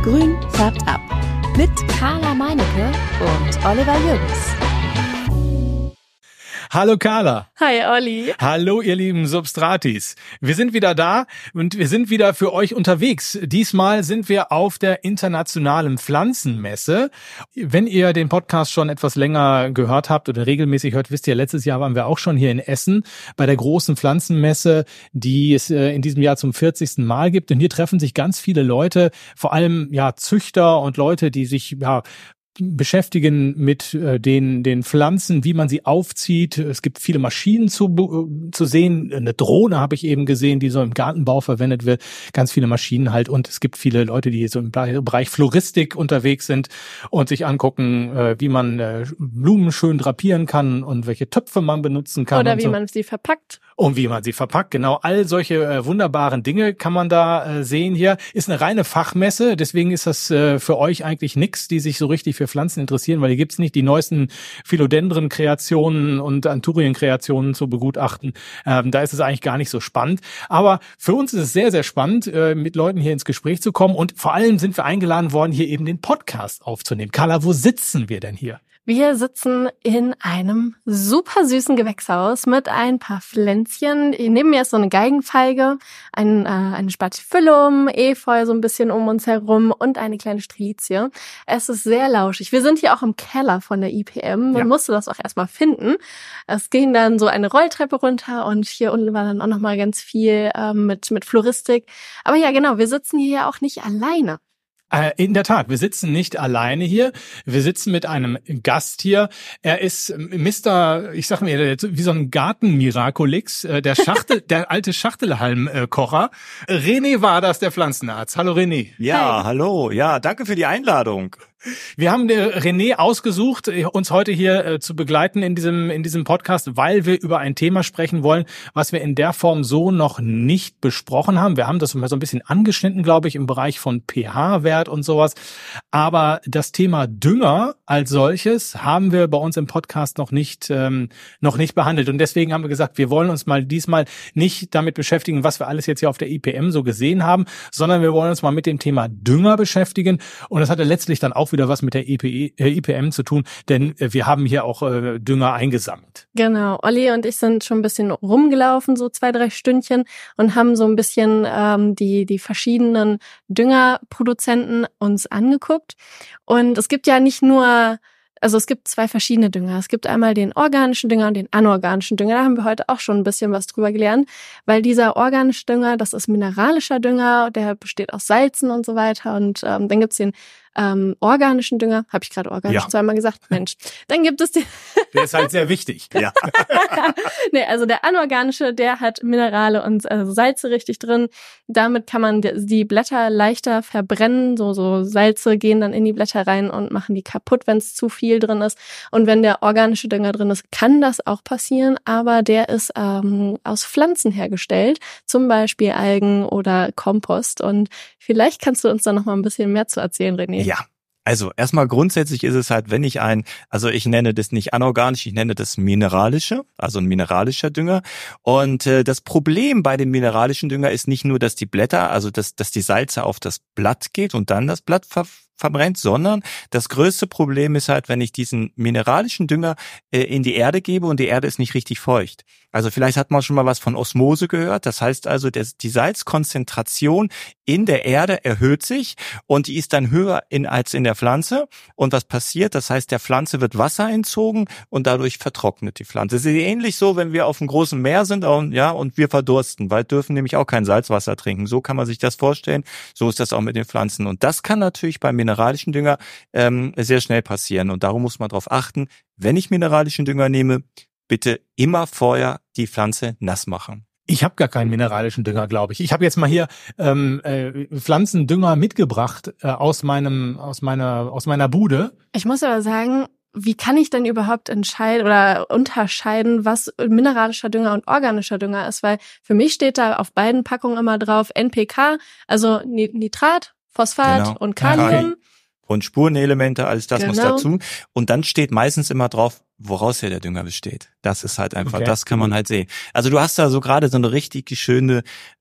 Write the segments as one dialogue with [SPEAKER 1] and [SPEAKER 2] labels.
[SPEAKER 1] Grün färbt ab. Mit Carla Meinecke und Oliver Jürgens.
[SPEAKER 2] Hallo Carla.
[SPEAKER 3] Hi Olli.
[SPEAKER 2] Hallo ihr lieben Substratis. Wir sind wieder da und wir sind wieder für euch unterwegs. Diesmal sind wir auf der internationalen Pflanzenmesse. Wenn ihr den Podcast schon etwas länger gehört habt oder regelmäßig hört, wisst ihr, letztes Jahr waren wir auch schon hier in Essen bei der großen Pflanzenmesse, die es in diesem Jahr zum 40. Mal gibt. Und hier treffen sich ganz viele Leute, vor allem Züchter und Leute, die sich beschäftigen mit den Pflanzen, wie man sie aufzieht. Es gibt viele Maschinen zu sehen. Eine Drohne habe ich eben gesehen, die so im Gartenbau verwendet wird. Ganz viele Maschinen halt. Und es gibt viele Leute, die so im Bereich Floristik unterwegs sind und sich angucken, wie man Blumen schön drapieren kann und welche Töpfe man benutzen kann.
[SPEAKER 3] Oder wie man sie verpackt.
[SPEAKER 2] Und wie man sie verpackt, genau. All solche wunderbaren Dinge kann man da sehen hier. Ist eine reine Fachmesse, deswegen ist das für euch eigentlich nix, die sich so richtig für Pflanzen interessieren, weil hier gibt's nicht die neuesten Philodendron-Kreationen und Anthurien-Kreationen zu begutachten. Da ist es eigentlich gar nicht so spannend. Aber für uns ist es sehr, sehr spannend, mit Leuten hier ins Gespräch zu kommen. Und vor allem sind wir eingeladen worden, hier eben den Podcast aufzunehmen. Carla, wo sitzen wir denn hier?
[SPEAKER 3] Wir sitzen in einem super süßen Gewächshaus mit ein paar Pflänzchen. Neben mir ist so eine Geigenfeige, eine Spathiphyllum, Efeu so ein bisschen um uns herum und eine kleine Strelizie. Es ist sehr lauschig. Wir sind hier auch im Keller von der IPM. Man musste das auch erstmal finden. Es ging dann so eine Rolltreppe runter und hier unten war dann auch nochmal ganz viel mit Floristik. Aber ja, genau, wir sitzen hier ja auch nicht alleine.
[SPEAKER 2] In der Tat, wir sitzen nicht alleine hier. Wir sitzen mit einem Gast hier. Er ist ich sag mir, wie so ein Garten-Miraculix, der alte Schachtelhalm-Kocher. René Waders, der Pflanzenarzt. Hallo René.
[SPEAKER 4] Ja, hi. Hallo. Ja, danke für die Einladung.
[SPEAKER 2] Wir haben René ausgesucht, uns heute hier zu begleiten in diesem Podcast, weil wir über ein Thema sprechen wollen, was wir in der Form so noch nicht besprochen haben. Wir haben das mal so ein bisschen angeschnitten, glaube ich, im Bereich von pH-Wert und sowas. Aber das Thema Dünger als solches haben wir bei uns im Podcast noch nicht behandelt. Und deswegen haben wir gesagt, wir wollen uns mal diesmal nicht damit beschäftigen, was wir alles jetzt hier auf der IPM so gesehen haben, sondern wir wollen uns mal mit dem Thema Dünger beschäftigen. Und das hatte letztlich dann auch wieder was mit der IPM zu tun, denn wir haben hier auch Dünger eingesammelt.
[SPEAKER 3] Genau, Olli und ich sind schon ein bisschen rumgelaufen, so 2-3 Stündchen und haben so ein bisschen die verschiedenen Düngerproduzenten uns angeguckt. Und es gibt ja nicht nur, also es gibt 2 verschiedene Dünger. Es gibt einmal den organischen Dünger und den anorganischen Dünger. Da haben wir heute auch schon ein bisschen was drüber gelernt, weil dieser organische Dünger, das ist mineralischer Dünger, der besteht aus Salzen und so weiter. Und dann gibt's den organischen Dünger, habe ich gerade organisch zweimal gesagt, Mensch. Dann gibt es den...
[SPEAKER 2] Der ist halt sehr wichtig. Ja.
[SPEAKER 3] Nee, also der anorganische, der hat Minerale und Salze richtig drin. Damit kann man die Blätter leichter verbrennen. So Salze gehen dann in die Blätter rein und machen die kaputt, wenn es zu viel drin ist. Und wenn der organische Dünger drin ist, kann das auch passieren, aber der ist aus Pflanzen hergestellt, zum Beispiel Algen oder Kompost. Und vielleicht kannst du uns da noch mal ein bisschen mehr zu erzählen, René.
[SPEAKER 4] Ja, also erstmal grundsätzlich ist es halt, wenn ich ich nenne das nicht anorganisch, ich nenne das mineralische, also ein mineralischer Dünger. Und das Problem bei dem mineralischen Dünger ist nicht nur, dass die Blätter, also dass die Salze auf das Blatt geht und dann das Blatt verbrennt, sondern das größte Problem ist halt, wenn ich diesen mineralischen Dünger in die Erde gebe und die Erde ist nicht richtig feucht. Also vielleicht hat man schon mal was von Osmose gehört. Das heißt also, die Salzkonzentration in der Erde erhöht sich und die ist dann höher als in der Pflanze. Und was passiert? Das heißt, der Pflanze wird Wasser entzogen und dadurch vertrocknet die Pflanze. Es ist ähnlich so, wenn wir auf einem großen Meer sind und wir verdursten, weil dürfen nämlich auch kein Salzwasser trinken. So kann man sich das vorstellen. So ist das auch mit den Pflanzen. Und das kann natürlich beim mineralischen Dünger sehr schnell passieren. Und darum muss man darauf achten, wenn ich mineralischen Dünger nehme, bitte immer vorher die Pflanze nass machen.
[SPEAKER 2] Ich habe gar keinen mineralischen Dünger, glaube ich. Ich habe jetzt mal hier Pflanzendünger mitgebracht aus meiner Bude.
[SPEAKER 3] Ich muss aber sagen, wie kann ich denn überhaupt unterscheiden, was mineralischer Dünger und organischer Dünger ist? Weil für mich steht da auf beiden Packungen immer drauf NPK, also Nitrat, Phosphat und Kalium.
[SPEAKER 4] Und Spurenelemente, alles das muss dazu. Und dann steht meistens immer drauf woraus ja der Dünger besteht. Das ist halt einfach,
[SPEAKER 2] Okay.
[SPEAKER 4] das kann man halt sehen. Also du hast da so gerade so eine richtig schöne,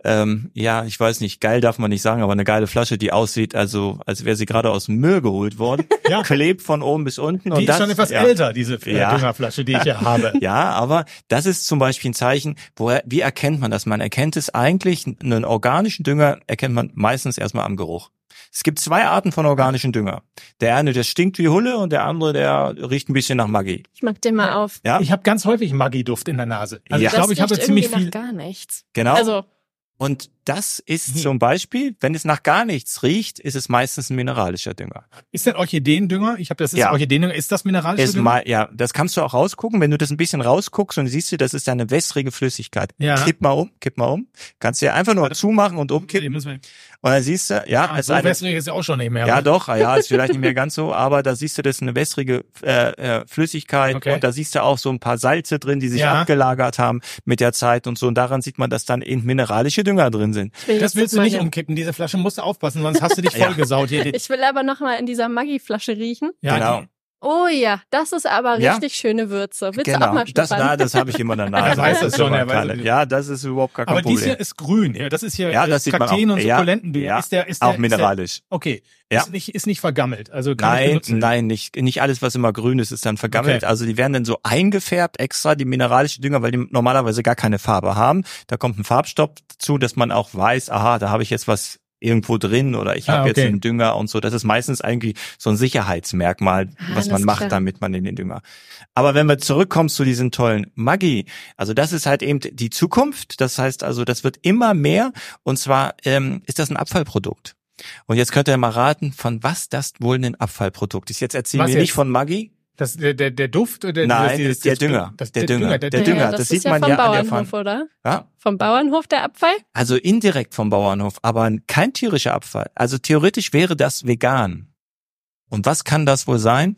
[SPEAKER 4] ich weiß nicht, geil darf man nicht sagen, aber eine geile Flasche, die aussieht, also als wäre sie gerade aus dem Müll geholt worden.
[SPEAKER 2] Ja.
[SPEAKER 4] Klebt von oben bis unten.
[SPEAKER 2] Die
[SPEAKER 4] Und
[SPEAKER 2] ist
[SPEAKER 4] das,
[SPEAKER 2] schon etwas
[SPEAKER 4] ja.
[SPEAKER 2] älter, diese
[SPEAKER 4] Ja.
[SPEAKER 2] Düngerflasche, die ich hier habe.
[SPEAKER 4] Ja, aber das ist zum Beispiel ein Zeichen, wie erkennt man das? Man erkennt es eigentlich, einen organischen Dünger erkennt man meistens erstmal am Geruch. Es gibt 2 Arten von organischen Dünger. Der eine, der stinkt wie Hulle und der andere, der riecht ein bisschen nach Maggi.
[SPEAKER 3] Ich mag den mal auf.
[SPEAKER 4] Ja,
[SPEAKER 2] Ich habe ganz häufig Maggi-Duft in der Nase. Also
[SPEAKER 4] Ja.
[SPEAKER 2] ich glaube, ich habe
[SPEAKER 3] riecht
[SPEAKER 2] ziemlich
[SPEAKER 3] irgendwie
[SPEAKER 2] viel.
[SPEAKER 3] nach gar nichts.
[SPEAKER 4] genau.
[SPEAKER 3] Also,
[SPEAKER 4] Und das ist zum Beispiel, wenn es nach gar nichts riecht, ist es meistens ein mineralischer Dünger.
[SPEAKER 2] Ist denn Orchideendünger? Ich habe das ist
[SPEAKER 4] Ja.
[SPEAKER 2] Orchideendünger. Ist das mineralischer Dünger?
[SPEAKER 4] Ja, das kannst du auch rausgucken. Wenn du das ein bisschen rausguckst und siehst du, das ist eine wässrige Flüssigkeit.
[SPEAKER 2] Ja.
[SPEAKER 4] Kipp mal um. Kannst du ja einfach nur zumachen und umkippen.
[SPEAKER 2] Müssen wir-
[SPEAKER 4] Und dann siehst du, ja, es ist
[SPEAKER 2] so
[SPEAKER 4] eine,
[SPEAKER 2] wässrig ist ja auch schon nicht mehr.
[SPEAKER 4] ja doch, ja, ist vielleicht nicht mehr ganz so, aber da siehst du, das ist eine wässrige Flüssigkeit
[SPEAKER 2] Okay.
[SPEAKER 4] und da siehst du auch so ein paar Salze drin, die sich
[SPEAKER 2] Ja.
[SPEAKER 4] abgelagert haben mit der Zeit und so. Und daran sieht man, dass dann eben mineralische Dünger drin sind.
[SPEAKER 3] ich will
[SPEAKER 2] Das
[SPEAKER 3] jetzt
[SPEAKER 2] willst du
[SPEAKER 3] mal
[SPEAKER 2] nicht
[SPEAKER 3] hier-
[SPEAKER 2] umkippen. Diese Flasche musst du aufpassen, sonst hast du dich
[SPEAKER 4] Ja.
[SPEAKER 2] vollgesaut hier.
[SPEAKER 3] Ich will aber noch mal in dieser Maggi-Flasche riechen.
[SPEAKER 2] Ja,
[SPEAKER 4] Genau.
[SPEAKER 3] Oh ja, das ist aber
[SPEAKER 4] Ja.
[SPEAKER 3] richtig schöne Würze. Willst du auch
[SPEAKER 4] Genau,
[SPEAKER 3] mal schnuppern?
[SPEAKER 4] das habe ich immer danach.
[SPEAKER 2] Er weiß das schon, er weiß es.
[SPEAKER 4] Ja, das ist überhaupt gar kein
[SPEAKER 2] Aber dies
[SPEAKER 4] Problem.
[SPEAKER 2] hier ist grün. Ja, das ist hier
[SPEAKER 4] Ja, das sieht man
[SPEAKER 2] Kakteen
[SPEAKER 4] auch.
[SPEAKER 2] und
[SPEAKER 4] Ja,
[SPEAKER 2] Sukkulenten.
[SPEAKER 4] ja,
[SPEAKER 2] ist der
[SPEAKER 4] auch mineralisch.
[SPEAKER 2] Okay.
[SPEAKER 4] Ja.
[SPEAKER 2] Ist nicht vergammelt. Also kann ich
[SPEAKER 4] Nein,
[SPEAKER 2] benutzen.
[SPEAKER 4] nein, nicht alles, was immer grün ist, ist dann vergammelt.
[SPEAKER 2] Okay.
[SPEAKER 4] Also die werden dann so eingefärbt extra, die mineralischen Dünger, weil die normalerweise gar keine Farbe haben. Da kommt ein Farbstoff dazu, dass man auch weiß, aha, da habe ich jetzt was irgendwo drin oder ich habe jetzt
[SPEAKER 2] okay.
[SPEAKER 4] einen Dünger und so. Das ist meistens eigentlich so ein Sicherheitsmerkmal, was man
[SPEAKER 3] alles
[SPEAKER 4] macht,
[SPEAKER 3] klar.
[SPEAKER 4] damit man in den Dünger. Aber wenn wir zurückkommen zu diesen tollen Maggi, also das ist halt eben die Zukunft. Das heißt also, das wird immer mehr und zwar ist das ein Abfallprodukt. Und jetzt könnt ihr mal raten, von was das wohl ein Abfallprodukt ist. Jetzt erzählen
[SPEAKER 2] Was
[SPEAKER 4] wir
[SPEAKER 2] jetzt?
[SPEAKER 4] nicht von Maggi.
[SPEAKER 2] Der Duft? Oder
[SPEAKER 4] Nein,
[SPEAKER 2] dieses-
[SPEAKER 4] der
[SPEAKER 2] dieses-
[SPEAKER 4] Dünger.
[SPEAKER 2] das-
[SPEAKER 4] Der Dünger.
[SPEAKER 2] Der
[SPEAKER 4] Der
[SPEAKER 2] Dünger.
[SPEAKER 4] Dünger.
[SPEAKER 3] das
[SPEAKER 4] das
[SPEAKER 3] ist
[SPEAKER 4] sieht man
[SPEAKER 3] vom
[SPEAKER 4] ja an der
[SPEAKER 3] Bauernhof, oder?
[SPEAKER 4] Ja,
[SPEAKER 3] Vom Bauernhof der Abfall?
[SPEAKER 4] also indirekt vom Bauernhof, aber kein tierischer Abfall. Also theoretisch wäre das vegan. Und was kann das wohl sein?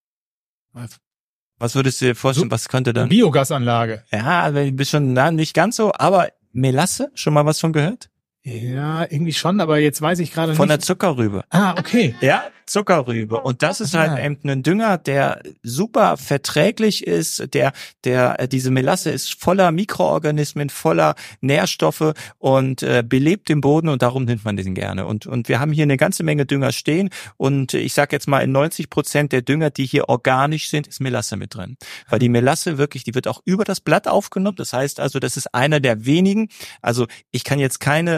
[SPEAKER 4] Was würdest du dir vorstellen, was könnte dann?
[SPEAKER 2] Biogasanlage.
[SPEAKER 4] Ja, also ein bisschen, nicht ganz so, aber Melasse, schon mal was von gehört?
[SPEAKER 2] Ja, irgendwie schon, aber jetzt weiß ich gerade
[SPEAKER 4] Von der
[SPEAKER 2] nicht.
[SPEAKER 4] Zuckerrübe.
[SPEAKER 2] Okay.
[SPEAKER 4] Ja, Zuckerrübe. Und das ist halt
[SPEAKER 2] Ah.
[SPEAKER 4] eben ein Dünger, der super verträglich ist, diese Melasse ist voller Mikroorganismen, voller Nährstoffe und belebt den Boden und darum nimmt man den gerne. Und wir haben hier eine ganze Menge Dünger stehen und ich sag jetzt mal, in 90% der Dünger, die hier organisch sind, ist Melasse mit drin. Weil die Melasse wirklich, die wird auch über das Blatt aufgenommen. Das heißt also, das ist einer der wenigen. Also ich kann jetzt keine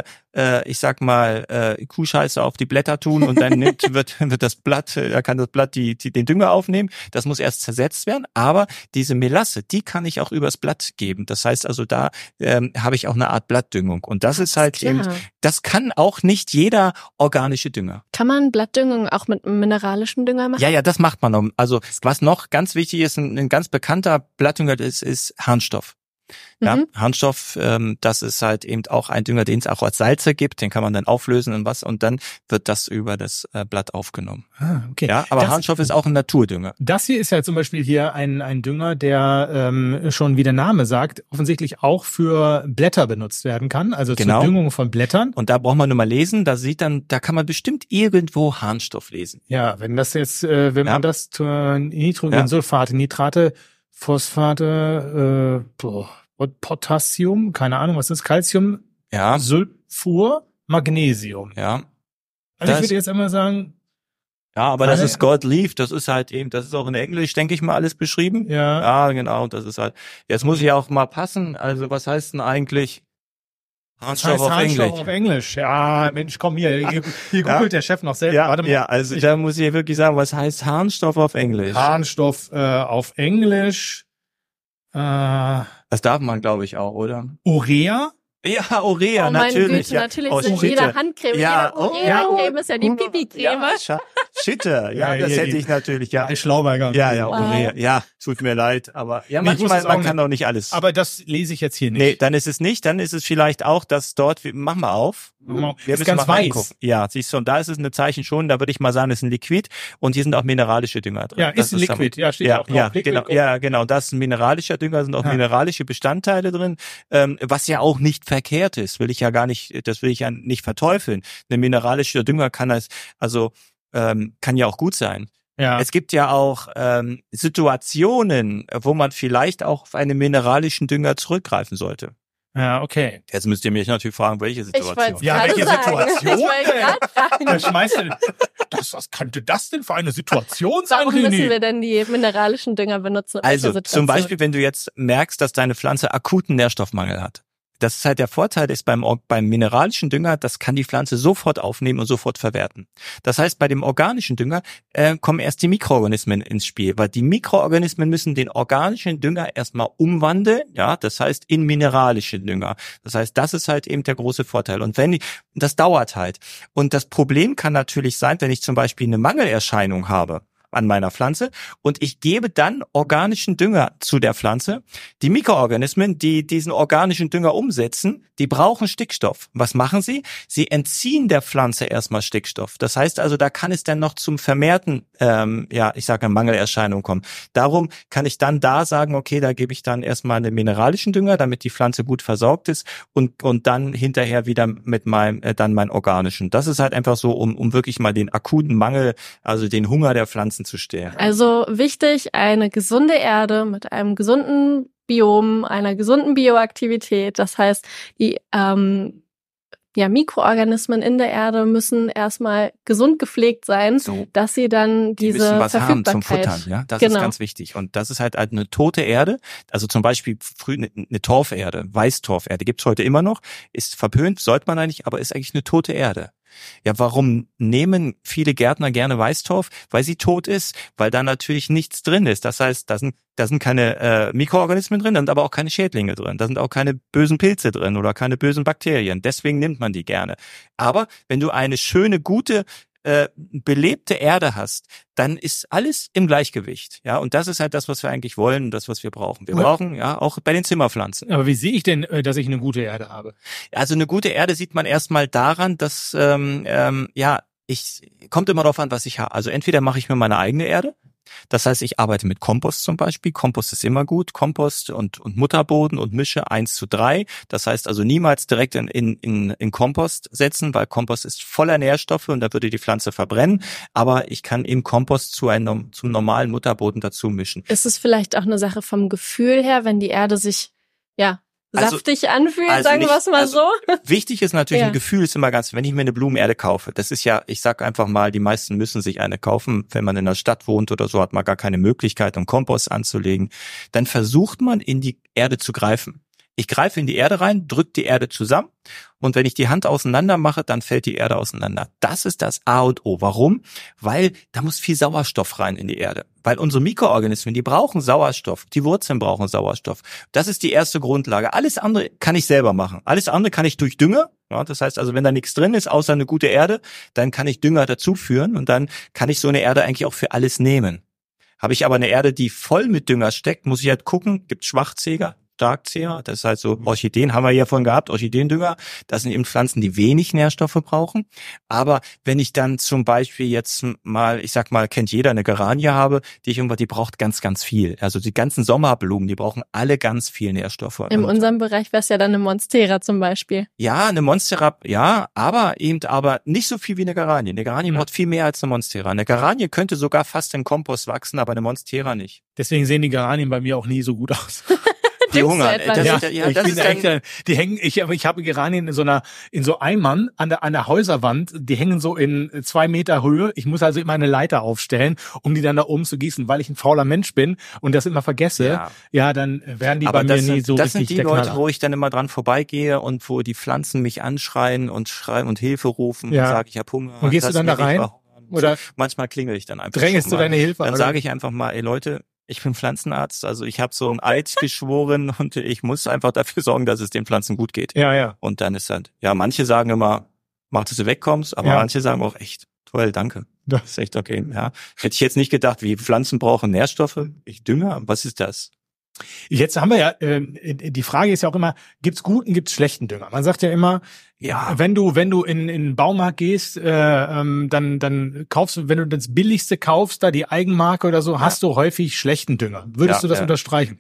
[SPEAKER 4] Kuhscheiße auf die Blätter tun und dann wird das Blatt, da kann das Blatt den Dünger aufnehmen. Das muss erst zersetzt werden, aber diese Melasse, die kann ich auch übers Blatt geben. Das heißt also, da habe ich auch eine Art Blattdüngung. Und das ist halt
[SPEAKER 3] Klar.
[SPEAKER 4] eben, das kann auch nicht jeder organische Dünger.
[SPEAKER 3] Kann man Blattdüngung auch mit mineralischem Dünger machen?
[SPEAKER 4] Ja, das macht man noch. Also was noch ganz wichtig ist, ein ganz bekannter Blattdünger ist Harnstoff. Ja, Harnstoff, das ist halt eben auch ein Dünger, den es auch als Salze gibt, den kann man dann auflösen in was und dann wird das über das Blatt aufgenommen.
[SPEAKER 2] Okay.
[SPEAKER 4] Ja, aber Harnstoff ist auch ein Naturdünger.
[SPEAKER 2] Das hier ist ja zum Beispiel hier ein Dünger, der schon wie der Name sagt, offensichtlich auch für Blätter benutzt werden kann, also
[SPEAKER 4] Genau.
[SPEAKER 2] zur Düngung von Blättern.
[SPEAKER 4] Und da braucht man nur mal lesen, da kann man bestimmt irgendwo Harnstoff lesen.
[SPEAKER 2] Ja, wenn das jetzt, wenn
[SPEAKER 4] Ja.
[SPEAKER 2] man das Nitrogensulfate, Nitrate, Phosphate, Potassium, keine Ahnung, was ist Calcium,
[SPEAKER 4] Ja,
[SPEAKER 2] Sulfur, Magnesium.
[SPEAKER 4] ja.
[SPEAKER 2] Also ich
[SPEAKER 4] Das-
[SPEAKER 2] würde jetzt einmal sagen,
[SPEAKER 4] Ja, aber das
[SPEAKER 2] Keine-
[SPEAKER 4] ist Gold Leaf, das ist halt eben, das ist auch in Englisch, denke ich mal, alles beschrieben.
[SPEAKER 2] ja,
[SPEAKER 4] Ja, genau, das ist halt. Jetzt muss ich auch mal passen, also was heißt denn eigentlich
[SPEAKER 2] das
[SPEAKER 4] Harnstoff
[SPEAKER 2] heißt
[SPEAKER 4] auf
[SPEAKER 2] Harnstoff
[SPEAKER 4] Englisch?
[SPEAKER 2] auf Englisch. Ja, Mensch, komm hier googelt der Chef noch selbst.
[SPEAKER 4] Ja,
[SPEAKER 2] Warte mal.
[SPEAKER 4] ja, also da muss ich wirklich sagen, was heißt Harnstoff auf Englisch?
[SPEAKER 2] Harnstoff auf Englisch.
[SPEAKER 4] Das darf man, glaube ich, auch, oder?
[SPEAKER 2] Urea?
[SPEAKER 4] Ja, Urea,
[SPEAKER 3] Oh meine
[SPEAKER 4] natürlich.
[SPEAKER 3] Güte,
[SPEAKER 4] ja.
[SPEAKER 3] natürlich
[SPEAKER 4] Oh,
[SPEAKER 3] sind
[SPEAKER 4] Schitte.
[SPEAKER 3] jeder Handcreme,
[SPEAKER 4] Ja,
[SPEAKER 3] jeder
[SPEAKER 4] oh,
[SPEAKER 3] Urea-Creme ist ja die Pipi-Creme.
[SPEAKER 4] Ja, Schitte, ja,
[SPEAKER 2] Ja,
[SPEAKER 4] das
[SPEAKER 2] hier
[SPEAKER 4] hätte
[SPEAKER 2] die-
[SPEAKER 4] ich natürlich, ja.
[SPEAKER 2] Ein Schlauberger.
[SPEAKER 4] Ja, ja,
[SPEAKER 3] Wow.
[SPEAKER 4] Urea. Ja, tut mir leid, aber ja,
[SPEAKER 2] Nee, ich wusste
[SPEAKER 4] manchmal,
[SPEAKER 2] es auch
[SPEAKER 4] man
[SPEAKER 2] nicht.
[SPEAKER 4] kann doch nicht alles.
[SPEAKER 2] Aber das lese ich jetzt hier nicht.
[SPEAKER 4] Nee, dann ist es nicht, dann ist es vielleicht auch, dass dort, machen wir auf.
[SPEAKER 2] Ist
[SPEAKER 4] müssen
[SPEAKER 2] ganz
[SPEAKER 4] mal
[SPEAKER 2] weiß.
[SPEAKER 4] reingucken. Ja, siehst du, und da ist es ein Zeichen schon, da würde ich mal sagen, es ist ein Liquid und hier sind auch mineralische Dünger drin.
[SPEAKER 2] Ja,
[SPEAKER 4] Das
[SPEAKER 2] ist ein Liquid. Ja, steht
[SPEAKER 4] ja,
[SPEAKER 2] auch drauf.
[SPEAKER 4] ja,
[SPEAKER 2] Liquid,
[SPEAKER 4] genau,
[SPEAKER 2] guck.
[SPEAKER 4] ja, genau, das ist ein mineralischer Dünger, sind auch
[SPEAKER 2] Ja.
[SPEAKER 4] mineralische Bestandteile drin, was ja auch nicht verkehrt ist, das will ich ja nicht verteufeln. Ein mineralischer Dünger kann ja auch gut sein.
[SPEAKER 2] Ja.
[SPEAKER 4] Es gibt ja auch Situationen, wo man vielleicht auch auf einen mineralischen Dünger zurückgreifen sollte.
[SPEAKER 2] Ja, okay.
[SPEAKER 4] Jetzt müsst ihr mich natürlich fragen, welche Situation.
[SPEAKER 2] Ja, welche Situation?
[SPEAKER 3] Ich wollte gerade fragen.
[SPEAKER 2] Da schmeißt du, was könnte das denn für eine Situation sein,
[SPEAKER 3] Warum müssen
[SPEAKER 2] René?
[SPEAKER 3] wir denn die mineralischen Dünger benutzen? In welcher
[SPEAKER 4] Also
[SPEAKER 3] Situation?
[SPEAKER 4] zum Beispiel, wenn du jetzt merkst, dass deine Pflanze akuten Nährstoffmangel hat. Das ist halt der Vorteil ist beim mineralischen Dünger, das kann die Pflanze sofort aufnehmen und sofort verwerten. Das heißt, bei dem organischen Dünger kommen erst die Mikroorganismen ins Spiel, weil die Mikroorganismen müssen den organischen Dünger erstmal umwandeln, ja, das heißt in mineralischen Dünger. Das heißt, das ist halt eben der große Vorteil. Und das dauert halt. Und das Problem kann natürlich sein, wenn ich zum Beispiel eine Mangelerscheinung habe an meiner Pflanze und ich gebe dann organischen Dünger zu der Pflanze. Die Mikroorganismen, die diesen organischen Dünger umsetzen, die brauchen Stickstoff. Was machen sie? Sie entziehen der Pflanze erstmal Stickstoff. Das heißt also, da kann es dann noch zum vermehrten, Mangelerscheinung kommen. Darum kann ich dann da sagen, okay, da gebe ich dann erstmal einen mineralischen Dünger, damit die Pflanze gut versorgt ist und dann hinterher wieder mit meinem organischen. Das ist halt einfach so, um wirklich mal den akuten Mangel, also den Hunger der Pflanzen zu stillen.
[SPEAKER 3] Also wichtig, eine gesunde Erde mit einem gesunden Biom, einer gesunden Bioaktivität. Das heißt, die Mikroorganismen in der Erde müssen erstmal gesund gepflegt sein,
[SPEAKER 4] So.
[SPEAKER 3] dass sie dann
[SPEAKER 4] Die
[SPEAKER 3] diese
[SPEAKER 4] müssen was haben
[SPEAKER 3] Verfügbarkeit
[SPEAKER 4] zum Futtern, ja. Das
[SPEAKER 3] Genau.
[SPEAKER 4] ist ganz wichtig. Und das ist halt eine tote Erde. Also zum Beispiel früh eine Torferde, Weißtorferde, gibt's heute immer noch, ist verpönt, sollte man eigentlich, aber ist eigentlich eine tote Erde. Ja, warum nehmen viele Gärtner gerne Weißtorf? Weil sie tot ist, weil da natürlich nichts drin ist. Das heißt, da sind keine Mikroorganismen drin, da sind aber auch keine Schädlinge drin, da sind auch keine bösen Pilze drin oder keine bösen Bakterien. Deswegen nimmt man die gerne. Aber wenn du eine schöne, gute, belebte Erde hast, dann ist alles im Gleichgewicht. Ja, und das ist halt das, was wir eigentlich wollen und das, was wir brauchen. Wir brauchen ja auch bei den Zimmerpflanzen.
[SPEAKER 2] Aber wie sehe ich denn, dass ich eine gute Erde habe?
[SPEAKER 4] Also eine gute Erde sieht man erstmal daran, dass kommt immer darauf an, was ich habe. Also entweder mache ich mir meine eigene Erde. Das heißt, ich arbeite mit Kompost zum Beispiel. Kompost ist immer gut. Kompost und Mutterboden und mische 1:3. Das heißt also niemals direkt in Kompost setzen, weil Kompost ist voller Nährstoffe und da würde die Pflanze verbrennen. Aber ich kann eben Kompost zum normalen Mutterboden dazu mischen.
[SPEAKER 3] Ist es vielleicht auch eine Sache vom Gefühl her, wenn die Erde sich saftig anfühlt, sagen wir es mal so?
[SPEAKER 4] Wichtig ist natürlich,
[SPEAKER 3] Ja.
[SPEAKER 4] ein Gefühl ist immer ganz, wenn ich mir eine Blumenerde kaufe, das ist ja, ich sag einfach mal, die meisten müssen sich eine kaufen, wenn man in der Stadt wohnt oder so, hat man gar keine Möglichkeit, um Kompost anzulegen, dann versucht man in die Erde zu greifen. Ich greife in die Erde rein, drücke die Erde zusammen und wenn ich die Hand auseinander mache, dann fällt die Erde auseinander. Das ist das A und O. Warum? Weil da muss viel Sauerstoff rein in die Erde. Weil unsere Mikroorganismen, die brauchen Sauerstoff. Die Wurzeln brauchen Sauerstoff. Das ist die erste Grundlage. Alles andere kann ich selber machen. Alles andere kann ich durch Dünger. Ja, das heißt also, wenn da nichts drin ist, außer eine gute Erde, dann kann ich Dünger dazuführen und dann kann ich so eine Erde eigentlich auch für alles nehmen. Habe ich aber eine Erde, die voll mit Dünger steckt, muss ich halt gucken, gibt Schwachzäger, Starkzehrer, das ist halt so, Orchideen haben wir hier von gehabt, Orchideendünger, das sind eben Pflanzen, die wenig Nährstoffe brauchen, aber wenn ich dann zum Beispiel jetzt mal, ich sag mal, kennt jeder, eine Geranie habe, die braucht ganz, ganz viel, also die ganzen Sommerblumen, die brauchen alle ganz viel Nährstoffe.
[SPEAKER 3] In unserem Bereich wäre es ja dann eine Monstera zum Beispiel.
[SPEAKER 4] Ja, eine Monstera, ja, aber nicht so viel wie eine Geranie. Eine Geranie braucht viel mehr als eine Monstera. Eine Geranie könnte sogar fast in Kompost wachsen, aber eine Monstera nicht.
[SPEAKER 2] Deswegen sehen die Geranien bei mir auch nie so gut aus.
[SPEAKER 4] Die Hunger.
[SPEAKER 2] Ich habe Geranien in so Eimern an der Häuserwand, die hängen so in 2 Meter Höhe. Ich muss also immer eine Leiter aufstellen, um die dann da oben zu gießen, weil ich ein fauler Mensch bin und das immer vergesse. Ja, dann werden die
[SPEAKER 4] aber
[SPEAKER 2] bei mir nie so richtig.
[SPEAKER 4] Das sind die Leute,
[SPEAKER 2] Knaller.
[SPEAKER 4] wo ich dann immer dran vorbeigehe und wo die Pflanzen mich anschreien und Hilfe rufen und sagen, ich habe Hunger.
[SPEAKER 2] Und gehst du dann da rein? Oder
[SPEAKER 4] manchmal klingel ich dann einfach.
[SPEAKER 2] Drängst du deine Hilfe?
[SPEAKER 4] Dann sage ich einfach mal, ey Leute, ich bin Pflanzenarzt, also ich habe so ein Eid geschworen und ich muss einfach dafür sorgen, dass es den Pflanzen gut geht.
[SPEAKER 2] Ja.
[SPEAKER 4] Und dann ist halt, manche sagen immer, mach, dass du wegkommst, aber manche sagen auch echt, toll, danke. Das ist echt okay. Ja. Hätte ich jetzt nicht gedacht, wie Pflanzen brauchen Nährstoffe, ich Dünger, was ist das?
[SPEAKER 2] Jetzt haben wir ja, die Frage ist ja auch immer, gibt's guten, gibt's schlechten Dünger? Man sagt ja immer, wenn du in den Baumarkt gehst, dann kaufst du, wenn du das Billigste kaufst, da die Eigenmarke oder so, hast du häufig schlechten Dünger. Würdest du das unterstreichen?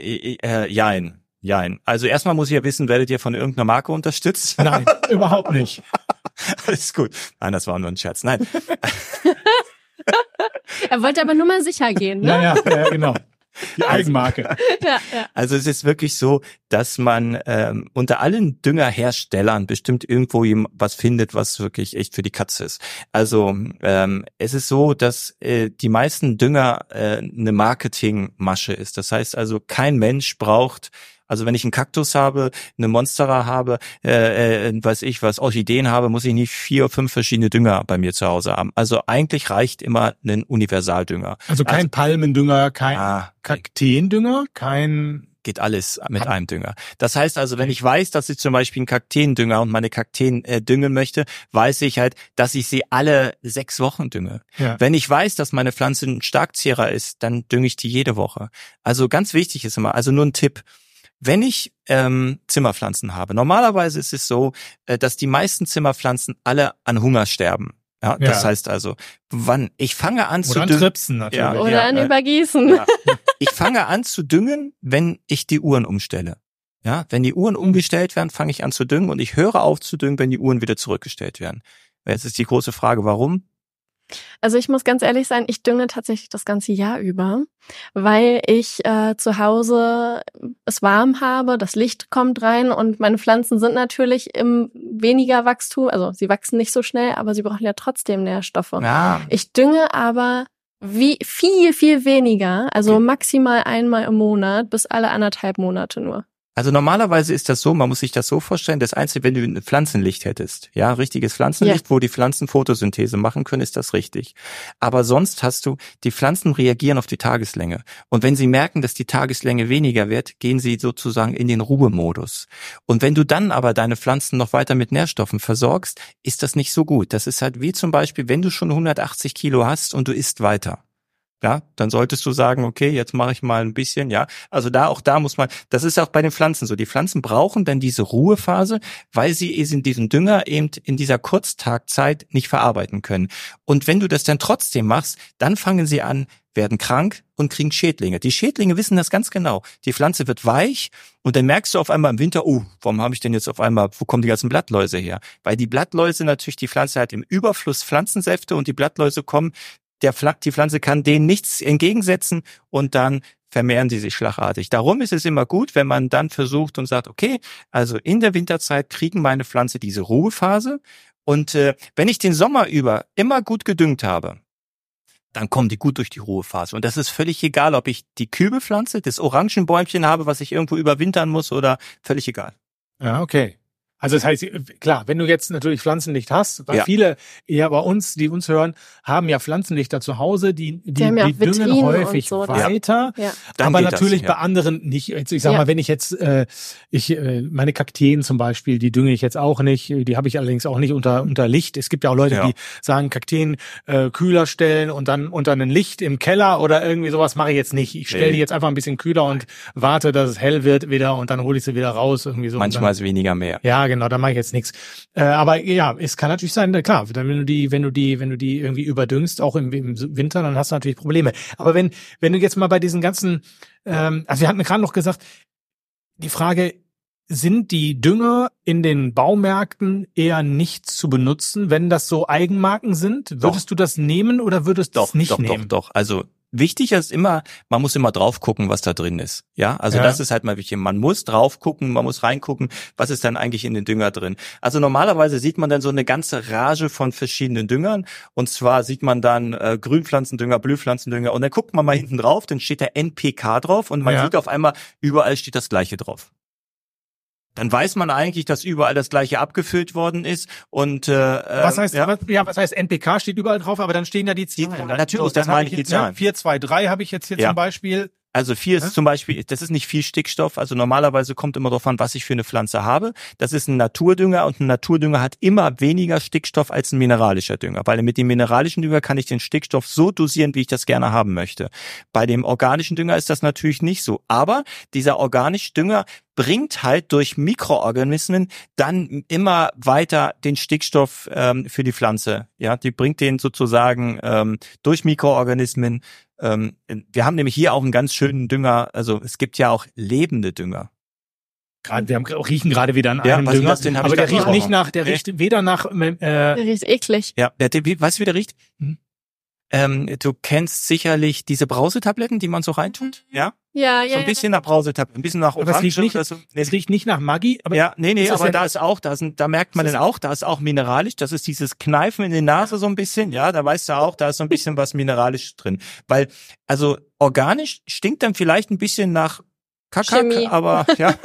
[SPEAKER 4] Jein. Also erstmal muss ich ja wissen, werdet ihr von irgendeiner Marke unterstützt?
[SPEAKER 2] Nein, überhaupt nicht.
[SPEAKER 4] Alles gut. Nein, das war nur ein Scherz. Nein.
[SPEAKER 3] Er wollte aber nur mal sicher gehen, ne?
[SPEAKER 2] Ja, genau. Die Eigenmarke.
[SPEAKER 3] Ja.
[SPEAKER 4] Also es ist wirklich so, dass man unter allen Düngerherstellern bestimmt irgendwo was findet, was wirklich echt für die Katze ist. Also es ist so, dass die meisten Dünger eine Marketingmasche ist. Das heißt also, kein Mensch braucht, also wenn ich einen Kaktus habe, eine Monstera habe, Orchideen habe, muss ich nicht 4 oder 5 verschiedene Dünger bei mir zu Hause haben. Also eigentlich reicht immer ein Universaldünger.
[SPEAKER 2] Also kein Palmendünger, kein Kakteendünger,
[SPEAKER 4] geht alles mit einem Dünger. Das heißt also, wenn ich weiß, dass ich zum Beispiel einen Kakteendünger und meine Kakteen düngen möchte, weiß ich halt, dass ich sie alle 6 Wochen dünge.
[SPEAKER 2] Ja.
[SPEAKER 4] Wenn ich weiß, dass meine Pflanze ein Starkzehrer ist, dann dünge ich die jede Woche. Also ganz wichtig ist immer, also nur ein Tipp. Wenn ich Zimmerpflanzen habe, normalerweise ist es so, dass die meisten Zimmerpflanzen alle an Hunger sterben. Ja, das heißt also, ich fange an zu düngen.
[SPEAKER 2] Oder an Tripsen natürlich.
[SPEAKER 4] Ja,
[SPEAKER 3] Oder an Übergießen.
[SPEAKER 4] Ja. Ich fange an zu düngen, wenn ich die Uhren umstelle. Ja, wenn die Uhren umgestellt werden, fange ich an zu düngen und ich höre auf zu düngen, wenn die Uhren wieder zurückgestellt werden. Jetzt ist die große Frage, warum?
[SPEAKER 3] Also ich muss ganz ehrlich sein, ich dünge tatsächlich das ganze Jahr über, weil ich zu Hause es warm habe, das Licht kommt rein und meine Pflanzen sind natürlich im weniger Wachstum, also sie wachsen nicht so schnell, aber sie brauchen ja trotzdem Nährstoffe.
[SPEAKER 4] Ja.
[SPEAKER 3] Ich dünge aber viel weniger, also maximal einmal im Monat bis alle 1,5 Monate nur.
[SPEAKER 4] Also normalerweise ist das so, man muss sich das so vorstellen, das Einzige, wenn du ein Pflanzenlicht hättest, ja, richtiges Pflanzenlicht, wo die Pflanzen Photosynthese machen können, ist das richtig. Aber sonst hast du, die Pflanzen reagieren auf die Tageslänge. Und wenn sie merken, dass die Tageslänge weniger wird, gehen sie sozusagen in den Ruhemodus. Und wenn du dann aber deine Pflanzen noch weiter mit Nährstoffen versorgst, ist das nicht so gut. Das ist halt wie zum Beispiel, wenn du schon 180 Kilo hast und du isst weiter. Ja, dann solltest du sagen, okay, jetzt mache ich mal ein bisschen, ja. Also auch da muss man, das ist auch bei den Pflanzen so. Die Pflanzen brauchen dann diese Ruhephase, weil sie in diesem Dünger eben in dieser Kurztagzeit nicht verarbeiten können. Und wenn du das dann trotzdem machst, dann fangen sie an, werden krank und kriegen Schädlinge. Die Schädlinge wissen das ganz genau. Die Pflanze wird weich und dann merkst du auf einmal im Winter, warum habe ich denn jetzt auf einmal, wo kommen die ganzen Blattläuse her? Weil die Blattläuse natürlich, die Pflanze hat im Überfluss Pflanzensäfte und die Blattläuse kommen, die Pflanze kann denen nichts entgegensetzen und dann vermehren sie sich schlagartig. Darum ist es immer gut, wenn man dann versucht und sagt, okay, also in der Winterzeit kriegen meine Pflanze diese Ruhephase und wenn ich den Sommer über immer gut gedüngt habe, dann kommen die gut durch die Ruhephase. Und das ist völlig egal, ob ich die Kübelpflanze, das Orangenbäumchen habe, was ich irgendwo überwintern muss oder völlig egal.
[SPEAKER 2] Ja, okay. Also das heißt, klar, wenn du jetzt natürlich Pflanzenlicht hast, weil viele bei uns, die uns hören, haben ja Pflanzenlichter zu Hause, die düngen häufig
[SPEAKER 3] so,
[SPEAKER 2] weiter, aber natürlich bei anderen nicht. Ich sag mal, wenn ich jetzt, meine Kakteen zum Beispiel, die dünge ich jetzt auch nicht, die habe ich allerdings auch nicht unter Licht. Es gibt ja auch Leute, die sagen, Kakteen kühler stellen und dann unter ein Licht im Keller oder irgendwie sowas mache ich jetzt nicht. Ich stelle die jetzt einfach ein bisschen kühler und warte, dass es hell wird wieder und dann hole ich sie wieder raus. Irgendwie so.
[SPEAKER 4] Manchmal ist weniger mehr.
[SPEAKER 2] Ja, genau, da mache ich jetzt nichts. Aber ja, es kann natürlich sein, klar, wenn du die irgendwie überdüngst, auch im Winter, dann hast du natürlich Probleme. Aber wenn du jetzt mal bei diesen ganzen, also wir hatten gerade noch gesagt, die Frage, sind die Dünger in den Baumärkten eher nicht zu benutzen, wenn das so Eigenmarken sind? Würdest du das nehmen oder würdest du es nicht nehmen?
[SPEAKER 4] Doch. Also wichtig ist immer, man muss immer drauf gucken, was da drin ist. Ja, also das ist halt mal wichtig. Man muss drauf gucken, man muss reingucken, was ist dann eigentlich in den Dünger drin. Also normalerweise sieht man dann so eine ganze Rage von verschiedenen Düngern. Und zwar sieht man dann Grünpflanzendünger, Blühpflanzendünger. Und dann guckt man mal hinten drauf, dann steht da NPK drauf und man sieht auf einmal, überall steht das Gleiche drauf. Dann weiß man eigentlich, dass überall das Gleiche abgefüllt worden ist und
[SPEAKER 2] was heißt NPK steht überall drauf, aber dann stehen ja die Zahlen.
[SPEAKER 4] Natürlich, das meine ich die Zahlen.
[SPEAKER 2] 423 habe ich jetzt hier zum Beispiel.
[SPEAKER 4] Also 4 ist zum Beispiel, das ist nicht viel Stickstoff, also normalerweise kommt immer darauf an, was ich für eine Pflanze habe. Das ist ein Naturdünger und ein Naturdünger hat immer weniger Stickstoff als ein mineralischer Dünger, weil mit dem mineralischen Dünger kann ich den Stickstoff so dosieren, wie ich das gerne haben möchte. Bei dem organischen Dünger ist das natürlich nicht so, aber dieser organische Dünger bringt halt durch Mikroorganismen dann immer weiter den Stickstoff für die Pflanze. Ja, die bringt den sozusagen durch Mikroorganismen. Wir haben nämlich hier auch einen ganz schönen Dünger, also es gibt ja auch lebende Dünger.
[SPEAKER 2] Wir riechen gerade wieder an einem Dünger, aber der riecht nicht nach, der riecht weder nach...
[SPEAKER 3] Der riecht eklig.
[SPEAKER 4] Ja, weißt du, wie der riecht? Du kennst sicherlich diese Brausetabletten, die man so reintut, ja?
[SPEAKER 3] Ja,
[SPEAKER 4] So ein bisschen nach Brausetabletten, ein bisschen nach
[SPEAKER 2] Aber es
[SPEAKER 4] Orange.
[SPEAKER 2] riecht nicht,
[SPEAKER 4] oder so.
[SPEAKER 2] es riecht nicht nach Maggi, aber
[SPEAKER 4] Ja, nee,
[SPEAKER 2] ist das
[SPEAKER 4] aber
[SPEAKER 2] denn-
[SPEAKER 4] da merkt man dann auch, da ist auch mineralisch, das ist dieses Kneifen in die Nase so ein bisschen, ja, da weißt du auch, da ist so ein bisschen was mineralisch drin. Weil, also organisch stinkt dann vielleicht ein bisschen nach Kakak,
[SPEAKER 3] Chemie.
[SPEAKER 4] aber ja,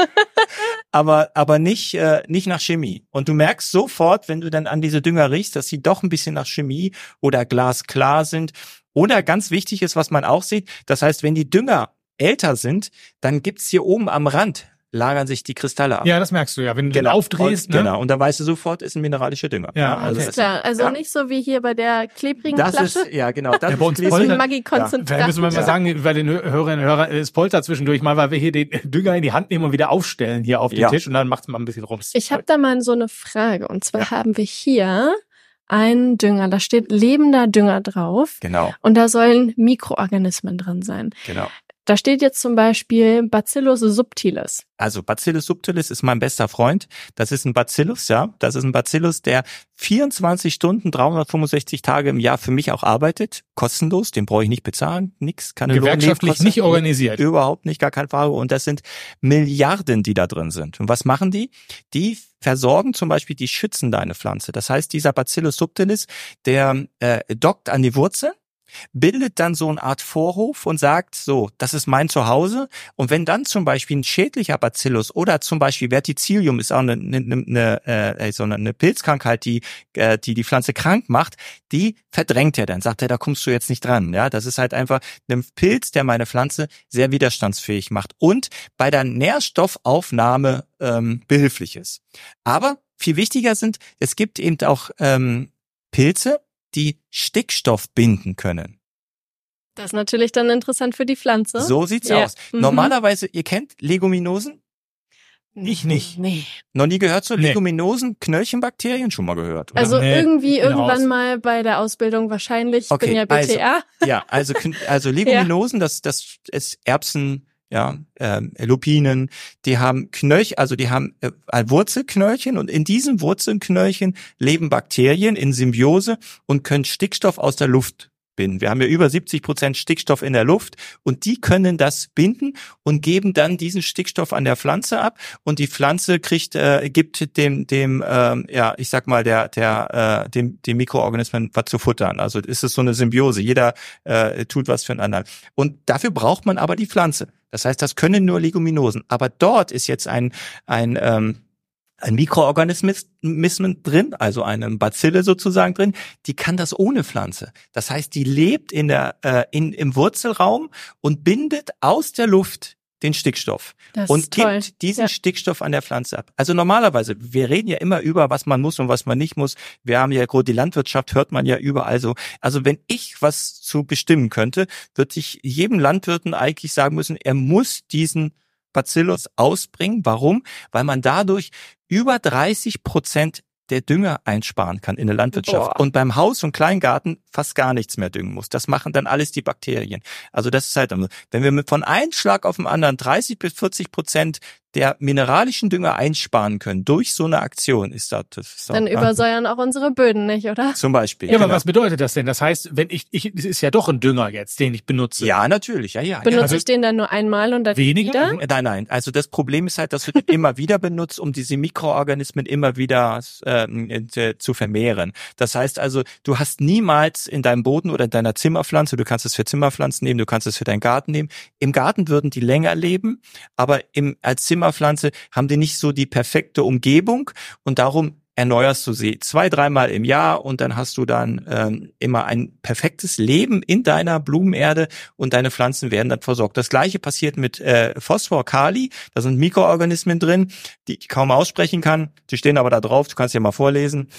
[SPEAKER 4] aber nicht nach Chemie. Und du merkst sofort, wenn du dann an diese Dünger riechst, dass sie doch ein bisschen nach Chemie oder glasklar sind. Oder ganz wichtig ist, was man auch sieht, das heißt, wenn die Dünger älter sind, dann gibt's hier oben am Rand, lagern sich die Kristalle ab.
[SPEAKER 2] ja, das merkst du ja, wenn du den aufdrehst.
[SPEAKER 4] Und,
[SPEAKER 2] Ne?
[SPEAKER 4] Genau, und dann weißt du sofort, ist ein mineralischer Dünger.
[SPEAKER 2] Ja,
[SPEAKER 4] also
[SPEAKER 2] okay.
[SPEAKER 3] Ist klar. Also
[SPEAKER 4] ja.
[SPEAKER 3] nicht so wie hier bei der klebrigen
[SPEAKER 4] Das
[SPEAKER 3] Flasche.
[SPEAKER 4] ist, ja genau, das
[SPEAKER 2] Ja, bei uns
[SPEAKER 4] ist
[SPEAKER 3] Das ist wie
[SPEAKER 2] Polter-
[SPEAKER 3] Maggi-Konzentrat.
[SPEAKER 2] Da müssen wir mal sagen, bei den Hörerinnen und Hörern, es poltert zwischendurch mal, weil wir hier den Dünger in die Hand nehmen und wieder aufstellen hier auf den
[SPEAKER 4] Ja.
[SPEAKER 2] Tisch und dann macht es mal ein bisschen Rums.
[SPEAKER 3] Ich habe da mal so eine Frage. Und zwar
[SPEAKER 4] Ja.
[SPEAKER 3] haben wir hier einen Dünger. Da steht lebender Dünger drauf.
[SPEAKER 4] Genau,
[SPEAKER 3] Und da sollen Mikroorganismen drin sein.
[SPEAKER 4] genau.
[SPEAKER 3] Da steht jetzt zum Beispiel Bacillus subtilis.
[SPEAKER 4] Also Bacillus subtilis ist mein bester Freund. Das ist ein Bacillus, ja. Das ist ein Bacillus, der 24 Stunden, 365 Tage im Jahr für mich auch arbeitet. Kostenlos, den brauche ich nicht bezahlen, nix, keine
[SPEAKER 2] Gewerkschaftlich
[SPEAKER 4] Lohnnebenkosten.
[SPEAKER 2] nicht organisiert.
[SPEAKER 4] Überhaupt nicht, gar keine Frage. Und das sind Milliarden, die da drin sind. Und was machen die? Die versorgen zum Beispiel, die schützen deine Pflanze. Das heißt, dieser Bacillus subtilis, der dockt an die Wurzel, bildet dann so eine Art Vorhof und sagt, so, das ist mein Zuhause. Und wenn dann zum Beispiel ein schädlicher Bacillus oder zum Beispiel Verticillium ist auch eine Pilzkrankheit, die Pflanze krank macht, die verdrängt er dann, sagt er, da kommst du jetzt nicht dran. Ja, das ist halt einfach ein Pilz, der meine Pflanze sehr widerstandsfähig macht und bei der Nährstoffaufnahme behilflich ist. Aber viel wichtiger sind, es gibt eben auch Pilze, die Stickstoff binden können.
[SPEAKER 3] Das ist natürlich dann interessant für die Pflanze.
[SPEAKER 4] So sieht's
[SPEAKER 3] Ja.
[SPEAKER 4] aus.
[SPEAKER 3] Mhm.
[SPEAKER 4] Normalerweise, ihr kennt Leguminosen?
[SPEAKER 2] Ich nicht.
[SPEAKER 3] Nee.
[SPEAKER 4] Noch nie gehört so?
[SPEAKER 2] Nee.
[SPEAKER 4] Leguminosen, Knöllchenbakterien? Schon mal gehört, oder?
[SPEAKER 3] Also
[SPEAKER 2] Nee,
[SPEAKER 3] irgendwie
[SPEAKER 2] ich bin
[SPEAKER 3] irgendwann
[SPEAKER 2] raus.
[SPEAKER 3] mal bei der Ausbildung wahrscheinlich. Ich bin
[SPEAKER 4] Okay,
[SPEAKER 3] ja BTA.
[SPEAKER 4] Ja, also Leguminosen, das ist Erbsen, ja, Lupinen, die haben Wurzelknöllchen und in diesen Wurzelknöllchen leben Bakterien in Symbiose und können Stickstoff aus der Luft binden. Wir haben ja über 70% Stickstoff in der Luft und die können das binden und geben dann diesen Stickstoff an der Pflanze ab und die Pflanze gibt dem Mikroorganismen was zu futtern. Also ist es so eine Symbiose. Jeder tut was für den anderen. Und dafür braucht man aber die Pflanze. Das heißt, das können nur Leguminosen. Aber dort ist jetzt ein Mikroorganismus drin, also eine Bacille sozusagen drin, die kann das ohne Pflanze. Das heißt, die lebt im Wurzelraum und bindet aus der Luft den Stickstoff
[SPEAKER 3] Das
[SPEAKER 4] und
[SPEAKER 3] ist toll.
[SPEAKER 4] gibt diesen
[SPEAKER 3] Ja.
[SPEAKER 4] Stickstoff an der Pflanze ab. Also normalerweise, wir reden ja immer über, was man muss und was man nicht muss. Wir haben ja gerade die Landwirtschaft, hört man ja überall so. Also wenn ich was zu bestimmen könnte, würde ich jedem Landwirten eigentlich sagen müssen, er muss diesen Bacillus ausbringen. Warum? Weil man dadurch über 30% der Dünger einsparen kann in der Landwirtschaft
[SPEAKER 3] Boah.
[SPEAKER 4] und beim Haus- und Kleingarten fast gar nichts mehr düngen muss. Das machen dann alles die Bakterien. Also das ist halt, wenn wir von einem Schlag auf den anderen 30-40% der mineralischen Dünger einsparen können durch so eine Aktion, ist das
[SPEAKER 3] Dann übersäuern auch unsere Böden nicht, oder?
[SPEAKER 4] zum Beispiel.
[SPEAKER 2] Ja, aber
[SPEAKER 4] genau.
[SPEAKER 2] was bedeutet das denn? Das heißt, wenn es ist ja doch ein Dünger jetzt, den ich benutze.
[SPEAKER 4] Ja, natürlich, ja.
[SPEAKER 3] Benutze
[SPEAKER 2] also
[SPEAKER 3] ich den dann nur einmal und dann
[SPEAKER 2] weniger?
[SPEAKER 3] wieder?
[SPEAKER 4] Nein. Also das Problem ist halt, dass du den immer wieder benutzt, um diese Mikroorganismen immer wieder zu vermehren. Das heißt also, du hast niemals in deinem Boden oder in deiner Zimmerpflanze, du kannst es für Zimmerpflanzen nehmen, du kannst es für deinen Garten nehmen. Im Garten würden die länger leben, aber als Zimmerpflanze haben die nicht so die perfekte Umgebung und darum erneuerst du sie 2-3 Mal im Jahr und dann hast du dann immer ein perfektes Leben in deiner Blumenerde und deine Pflanzen werden dann versorgt. Das Gleiche passiert mit Phosphor, Kali. Da sind Mikroorganismen drin, die ich kaum aussprechen kann. Die stehen aber da drauf. Du kannst ja mal vorlesen.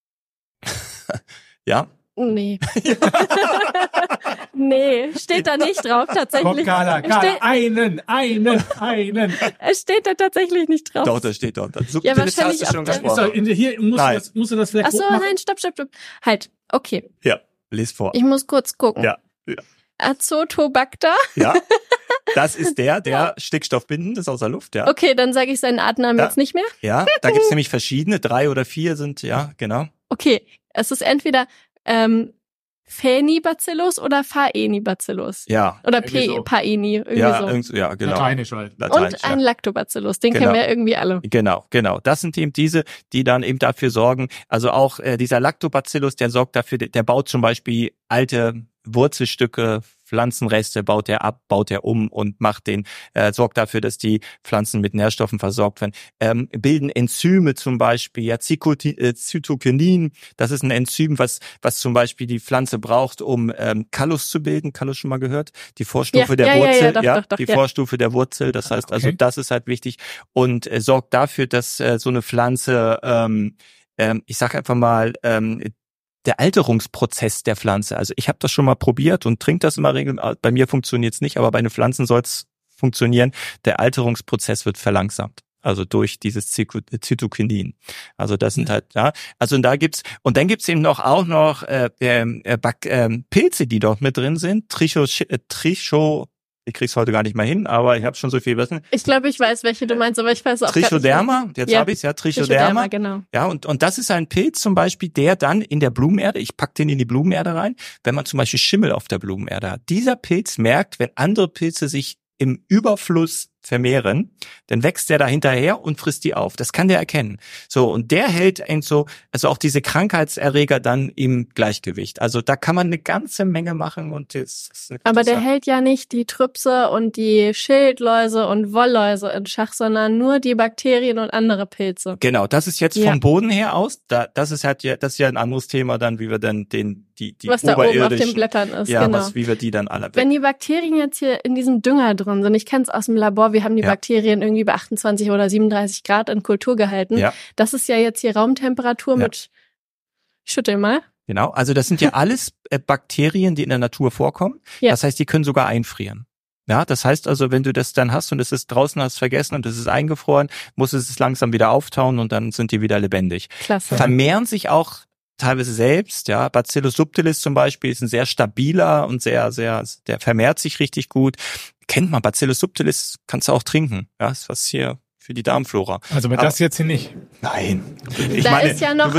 [SPEAKER 4] Ja.
[SPEAKER 3] Nee. Nee, steht da nicht drauf,
[SPEAKER 2] Komm,
[SPEAKER 3] tatsächlich.
[SPEAKER 2] Carla, einen.
[SPEAKER 3] Es steht da tatsächlich nicht drauf.
[SPEAKER 4] Doch, da steht dort. Subtilis
[SPEAKER 3] Ja, wahrscheinlich
[SPEAKER 4] hast du schon
[SPEAKER 3] auf der-
[SPEAKER 2] Ist doch,
[SPEAKER 4] gesprochen.
[SPEAKER 2] hier musst du das vielleicht
[SPEAKER 3] Ach so,
[SPEAKER 2] hochmachen?
[SPEAKER 3] nein, stopp. Halt, okay.
[SPEAKER 4] Ja, lies vor.
[SPEAKER 3] Ich muss kurz gucken.
[SPEAKER 4] Ja.
[SPEAKER 3] Azotobacter.
[SPEAKER 4] Ja. Das ist der Stickstoff bindet, ist aus der Luft, ja.
[SPEAKER 3] Okay, dann sage ich seinen Artnamen
[SPEAKER 4] Ja.
[SPEAKER 3] jetzt nicht mehr.
[SPEAKER 4] Ja, da gibt's nämlich verschiedene, 3 oder 4 sind, ja, genau.
[SPEAKER 3] Okay, es ist entweder Phaenibacillus oder Phaenibacillus?
[SPEAKER 4] Ja.
[SPEAKER 3] Oder
[SPEAKER 2] so.
[SPEAKER 3] Paeni, irgendwie so.
[SPEAKER 4] Ja, genau.
[SPEAKER 2] Lateinisch halt.
[SPEAKER 3] Und ein Lactobacillus, den kennen wir irgendwie alle.
[SPEAKER 4] Genau. Das sind eben diese, die dann eben dafür sorgen, also auch dieser Lactobacillus, der sorgt dafür, der baut zum Beispiel alte Wurzelstücke, Pflanzenreste, baut er ab, baut er um und sorgt dafür, dass die Pflanzen mit Nährstoffen versorgt werden. Bilden Enzyme zum Beispiel, ja, Zytokinin, das ist ein Enzym, was zum Beispiel die Pflanze braucht, um Callus zu bilden. Callus schon mal gehört? Die Vorstufe der Wurzel, die Vorstufe der Wurzel. Das heißt also, das ist halt wichtig und sorgt dafür, dass so eine Pflanze, ich sag einfach mal, der Alterungsprozess der Pflanze. Also ich habe das schon mal probiert und trinke das immer regelmäßig. Bei mir funktioniert es nicht, aber bei den Pflanzen soll es funktionieren. Der Alterungsprozess wird verlangsamt. Also durch dieses Zytokinin. Also das sind halt, ja. Also da gibt's, und dann gibt's eben auch noch Pilze, die dort mit drin sind. Ich krieg's heute gar nicht mal hin, aber ich habe schon so viel wissen.
[SPEAKER 3] Ich glaube, ich weiß, welche du meinst, aber ich weiß auch
[SPEAKER 4] Trichoderma, jetzt habe ich's, ja, Trichoderma.
[SPEAKER 3] Genau.
[SPEAKER 4] Ja, und das ist ein Pilz zum Beispiel, der dann in der Blumenerde, ich pack den in die Blumenerde rein, wenn man zum Beispiel Schimmel auf der Blumenerde hat. Dieser Pilz merkt, wenn andere Pilze sich im Überfluss vermehren, dann wächst der da hinterher und frisst die auf. Das kann der erkennen. So, und der hält also auch diese Krankheitserreger dann im Gleichgewicht. Also da kann man eine ganze Menge machen und das ist eine
[SPEAKER 3] Aber der hält ja nicht die Trüpse und die Schildläuse und Wollläuse in Schach, sondern nur die Bakterien und andere Pilze.
[SPEAKER 4] Genau, das ist jetzt vom Boden her aus. Das ist ja ein anderes Thema dann, wie wir dann die
[SPEAKER 3] was da oben auf den Blättern ist.
[SPEAKER 4] Ja,
[SPEAKER 3] genau.
[SPEAKER 4] wie wir die dann alle
[SPEAKER 3] Wenn die Bakterien jetzt hier in diesem Dünger drin sind, ich kenne es aus dem Labor, wir haben die Bakterien irgendwie bei 28 oder 37 Grad in Kultur gehalten. Ja. Das ist ja jetzt hier Raumtemperatur mit, schüttel mal.
[SPEAKER 4] Genau, also das sind ja alles Bakterien, die in der Natur vorkommen. Ja. Das heißt, die können sogar einfrieren. Ja, das heißt also, wenn du das dann hast und es ist draußen, hast vergessen und es ist eingefroren, muss es langsam wieder auftauen und dann sind die wieder lebendig.
[SPEAKER 3] Klasse.
[SPEAKER 4] Vermehren sich auch teilweise selbst, ja. Bacillus subtilis zum Beispiel ist ein sehr stabiler und der vermehrt sich richtig gut. Kennt man, Bacillus subtilis kannst du auch trinken. Ja, ist was hier für die Darmflora.
[SPEAKER 2] Also mit das jetzt hier nicht.
[SPEAKER 4] Nein.
[SPEAKER 3] Ist ja noch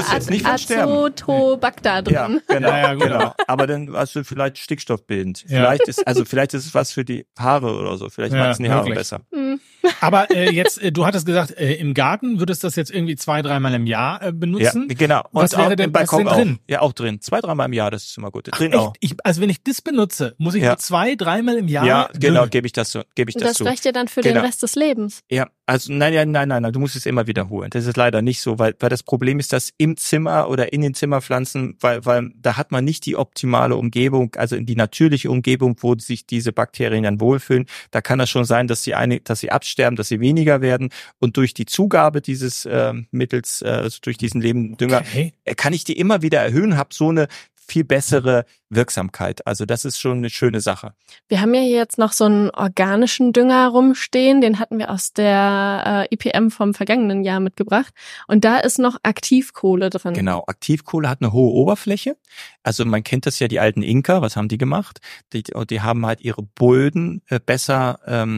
[SPEAKER 3] Azotobacter drin.
[SPEAKER 4] Ja, genau. Aber dann hast du vielleicht stickstoffbildend. Ja. Vielleicht ist es was für die Haare oder so. Vielleicht wachsen die Haare besser.
[SPEAKER 2] Aber jetzt, du hattest gesagt, im Garten würdest du das jetzt irgendwie 2-3 Mal im Jahr benutzen.
[SPEAKER 4] Ja, genau. Und
[SPEAKER 2] was wäre denn
[SPEAKER 4] Balkon
[SPEAKER 2] drin?
[SPEAKER 4] Ja, auch drin. 2-3 Mal im Jahr, das ist immer gut. Drin
[SPEAKER 2] echt?
[SPEAKER 4] auch.
[SPEAKER 2] Also wenn ich das benutze, muss ich nur 2-3 Mal im Jahr?
[SPEAKER 4] Ja, genau, gebe ich das zu.
[SPEAKER 3] Das reicht ja dann für den Rest des Lebens.
[SPEAKER 4] Ja, also nein, du musst es immer wiederholen. Das ist leider nicht so, weil das Problem ist, dass im Zimmer oder in den Zimmerpflanzen, weil da hat man nicht die optimale Umgebung, also in die natürliche Umgebung, wo sich diese Bakterien dann wohlfühlen. Da kann es schon sein, dass sie absterben, dass sie weniger werden und durch die Zugabe dieses Mittels, also durch diesen lebenden Dünger, kann ich die immer wieder erhöhen, habe so eine viel bessere Wirksamkeit. Also das ist schon eine schöne Sache.
[SPEAKER 3] Wir haben ja hier jetzt noch so einen organischen Dünger rumstehen, den hatten wir aus der IPM vom vergangenen Jahr mitgebracht und da ist noch Aktivkohle drin.
[SPEAKER 4] Genau, Aktivkohle hat eine hohe Oberfläche. Also man kennt das ja, die alten Inka, was haben die gemacht? Die haben halt ihre Böden besser,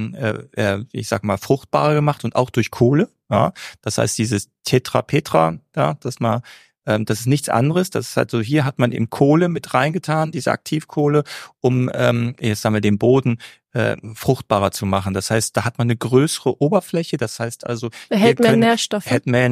[SPEAKER 4] ich sag mal, fruchtbarer gemacht und auch durch Kohle. Ja, das heißt dieses Tetrapetra, ja, das ist nichts anderes. Das ist halt so, hier hat man eben Kohle mit reingetan, diese Aktivkohle, um jetzt sagen wir den Boden fruchtbarer zu machen. Das heißt, da hat man eine größere Oberfläche. Das heißt also,
[SPEAKER 3] hält mehr Nährstoffe,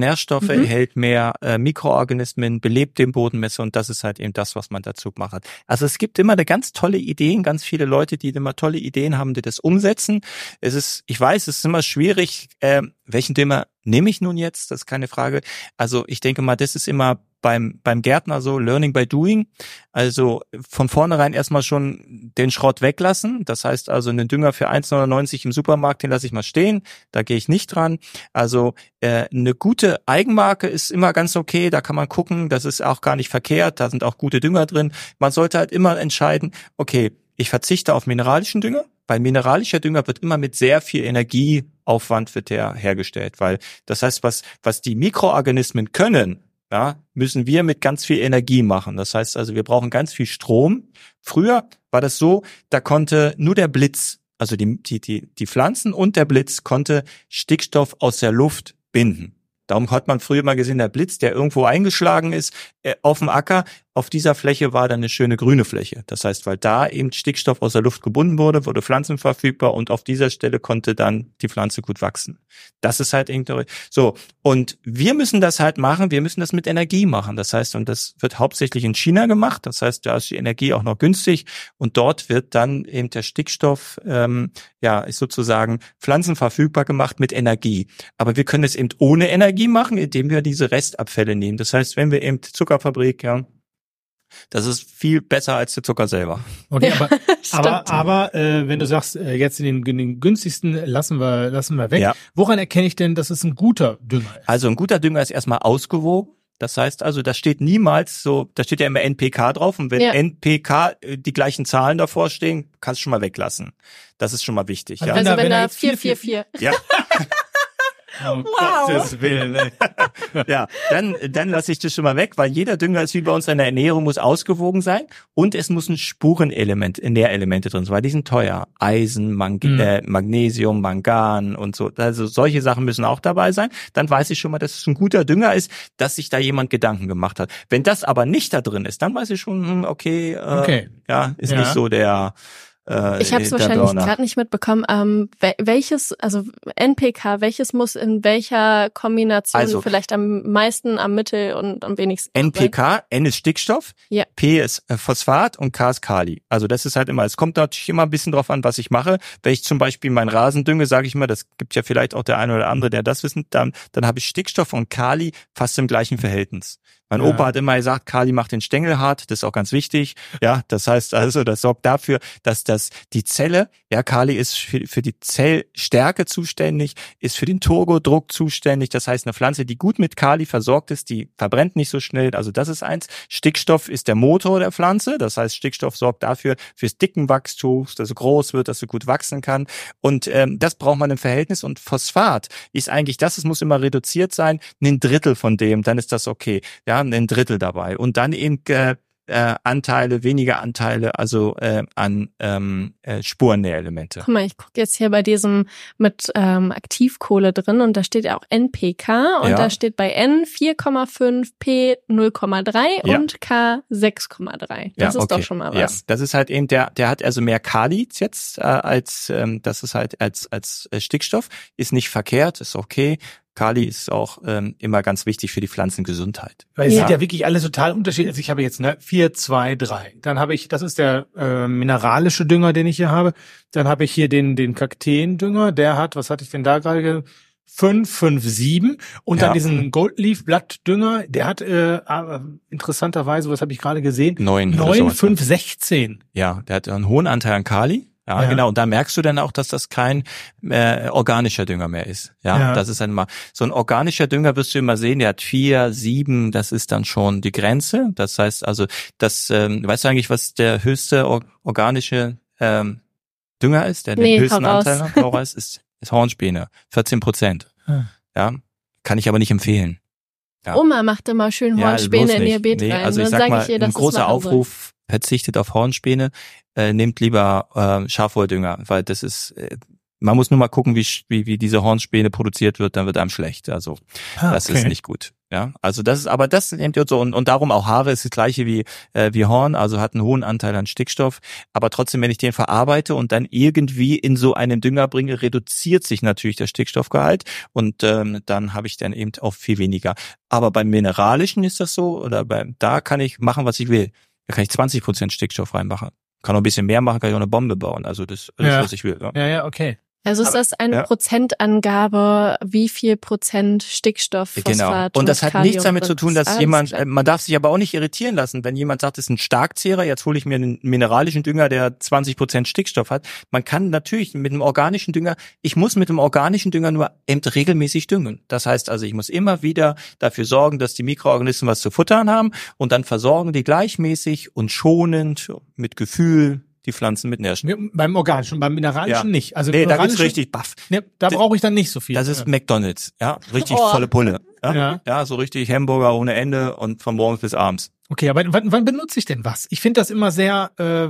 [SPEAKER 4] hält mehr Mikroorganismen, belebt den Boden besser und das ist halt eben das, was man dazu macht. Also es gibt immer eine ganz tolle Ideen, ganz viele Leute, die immer tolle Ideen haben, die das umsetzen. Ich weiß, es ist immer schwierig, welchen Dünger nehme ich nun jetzt? Das ist keine Frage. Also ich denke mal, das ist immer beim Gärtner so, Learning by Doing. Also von vornherein erstmal schon den Schrott weglassen. Das heißt also, einen Dünger für 1,99 im Supermarkt, den lasse ich mal stehen. Da gehe ich nicht dran. Also eine gute Eigenmarke ist immer ganz okay. Da kann man gucken, das ist auch gar nicht verkehrt. Da sind auch gute Dünger drin. Man sollte halt immer entscheiden, okay, ich verzichte auf mineralischen Dünger, weil mineralischer Dünger wird immer mit sehr viel Energieaufwand wird der hergestellt. Weil das heißt, was die Mikroorganismen können, ja, müssen wir mit ganz viel Energie machen. Das heißt also, wir brauchen ganz viel Strom. Früher war das so, da konnte nur der Blitz, also die Pflanzen und der Blitz konnte Stickstoff aus der Luft binden. Darum hat man früher mal gesehen, der Blitz, der irgendwo eingeschlagen ist auf dem Acker, auf dieser Fläche war dann eine schöne grüne Fläche. Das heißt, weil da eben Stickstoff aus der Luft gebunden wurde Pflanzen verfügbar und auf dieser Stelle konnte dann die Pflanze gut wachsen. Das ist halt irgendwie so. Und wir müssen das halt machen, wir müssen das mit Energie machen. Das heißt, und das wird hauptsächlich in China gemacht. Das heißt, da ist die Energie auch noch günstig und dort wird dann eben der Stickstoff, ist sozusagen Pflanzen verfügbar gemacht mit Energie. Aber wir können es eben ohne Energie machen, indem wir diese Restabfälle nehmen. Das heißt, wenn wir eben Zuckerfabrik, das ist viel besser als der Zucker selber.
[SPEAKER 2] Okay, aber wenn du sagst, jetzt in den günstigsten lassen wir weg. Ja. Woran erkenne ich denn, dass es ein guter Dünger ist?
[SPEAKER 4] Also ein guter Dünger ist erstmal ausgewogen. Das heißt also, da steht niemals so, da steht ja immer NPK drauf und wenn NPK die gleichen Zahlen davor stehen, kannst du schon mal weglassen. Das ist schon mal wichtig.
[SPEAKER 3] Also wenn da 444.
[SPEAKER 4] Ja.
[SPEAKER 2] Um Gottes Willen.
[SPEAKER 4] Ja, dann lasse ich das schon mal weg, weil jeder Dünger ist wie bei uns in der Ernährung, muss ausgewogen sein und es muss ein Nährelemente drin sein, weil die sind teuer. Eisen, Magnesium, Mangan und so. Also solche Sachen müssen auch dabei sein. Dann weiß ich schon mal, dass es ein guter Dünger ist, dass sich da jemand Gedanken gemacht hat. Wenn das aber nicht da drin ist, dann weiß ich schon, ist nicht so der
[SPEAKER 3] ich habe es wahrscheinlich gerade nicht mitbekommen. Welches muss in welcher Kombination vielleicht am meisten, am Mittel und am wenigsten?
[SPEAKER 4] NPK, N ist Stickstoff, P ist Phosphat und K ist Kali. Also das ist halt immer, es kommt natürlich immer ein bisschen drauf an, was ich mache. Wenn ich zum Beispiel meinen Rasen dünge, sage ich mal, das gibt ja vielleicht auch der eine oder andere, der das wissen, dann habe ich Stickstoff und Kali fast im gleichen Verhältnis. Mein Opa hat immer gesagt, Kali macht den Stängel hart, das ist auch ganz wichtig. Ja, das heißt also, das sorgt dafür, dass die Zelle, Kali ist für die Zellstärke zuständig, ist für den Turgodruck zuständig. Das heißt, eine Pflanze, die gut mit Kali versorgt ist, die verbrennt nicht so schnell. Also das ist eins. Stickstoff ist der Motor der Pflanze. Das heißt, Stickstoff sorgt dafür fürs Dickenwachstum, dass sie groß wird, dass sie gut wachsen kann. Und das braucht man im Verhältnis. Und Phosphat ist eigentlich es muss immer reduziert sein, ein Drittel von dem, dann ist das okay. Ja, ein Drittel dabei. Und dann eben weniger Anteile, also an Spurennährelemente.
[SPEAKER 3] Guck mal, ich gucke jetzt hier bei diesem mit Aktivkohle drin und da steht ja auch NPK und da steht bei N 4,5, P 0,3 und K 6,3. Das ist doch schon mal was.
[SPEAKER 4] Ja, das ist halt eben, der hat also mehr Kali jetzt als das ist halt als Stickstoff. Ist nicht verkehrt, ist okay. Kali ist auch immer ganz wichtig für die Pflanzengesundheit.
[SPEAKER 2] Weil es sind ja wirklich alle total unterschiedlich. Also ich habe jetzt 4, 2, 3. Dann habe ich, das ist der mineralische Dünger, den ich hier habe. Dann habe ich hier den Kakteendünger, der hat, was hatte ich denn da gerade? 5, 5, 7. Und dann diesen Goldleaf-Blattdünger, der hat interessanterweise, was habe ich gerade gesehen? 9, 5, 16.
[SPEAKER 4] Ja, der hat einen hohen Anteil an Kali. Ja, genau. Und da merkst du dann auch, dass das kein organischer Dünger mehr ist. Ja, das ist dann mal so ein organischer Dünger, wirst du immer sehen, der hat 4, 7, das ist dann schon die Grenze. Das heißt also, weißt du eigentlich, was der höchste organische Dünger ist, der den höchsten Anteil hat? ist Hornspäne, 14%. Ja, kann ich aber nicht empfehlen. Ja.
[SPEAKER 3] Oma macht immer schön Hornspäne in ihr Beet rein.
[SPEAKER 4] Also ich sag mal, ein großer Aufruf, verzichtet auf Hornspäne, nehmt lieber Schafwohldünger, weil das ist, man muss nur mal gucken, wie diese Hornspäne produziert wird, dann wird einem schlecht. Also das ist nicht gut. Ja, also das nehmt ihr so und darum auch Haare ist das gleiche wie Horn, also hat einen hohen Anteil an Stickstoff, aber trotzdem, wenn ich den verarbeite und dann irgendwie in so einen Dünger bringe, reduziert sich natürlich der Stickstoffgehalt und dann habe ich dann eben auch viel weniger. Aber beim Mineralischen ist das so oder da kann ich machen, was ich will. Da kann ich 20% Stickstoff reinmachen. Kann auch ein bisschen mehr machen, kann ich auch eine Bombe bauen. Also das ist alles, was ich will.
[SPEAKER 2] Ja, okay.
[SPEAKER 3] Also ist das eine Prozentangabe, wie viel Prozent Stickstoff, Phosphat
[SPEAKER 4] und das hat nichts damit zu tun, dass jemand, man darf sich aber auch nicht irritieren lassen, wenn jemand sagt, es ist ein Starkzehrer, jetzt hole ich mir einen mineralischen Dünger, der 20% Stickstoff hat. Man kann natürlich mit einem organischen Dünger, ich muss mit dem organischen Dünger nur eben regelmäßig düngen. Das heißt also, ich muss immer wieder dafür sorgen, dass die Mikroorganismen was zu futtern haben und dann versorgen die gleichmäßig und schonend mit Gefühl die Pflanzen mit Nährstoffen.
[SPEAKER 2] Beim organischen, beim mineralischen nicht. Also
[SPEAKER 4] da geht's richtig baff.
[SPEAKER 2] Da brauche ich dann nicht so viel.
[SPEAKER 4] Das ist McDonald's, richtig volle Pulle. Ja, so richtig Hamburger ohne Ende und von morgens bis abends.
[SPEAKER 2] Okay, aber wann benutze ich denn was? Ich finde das immer sehr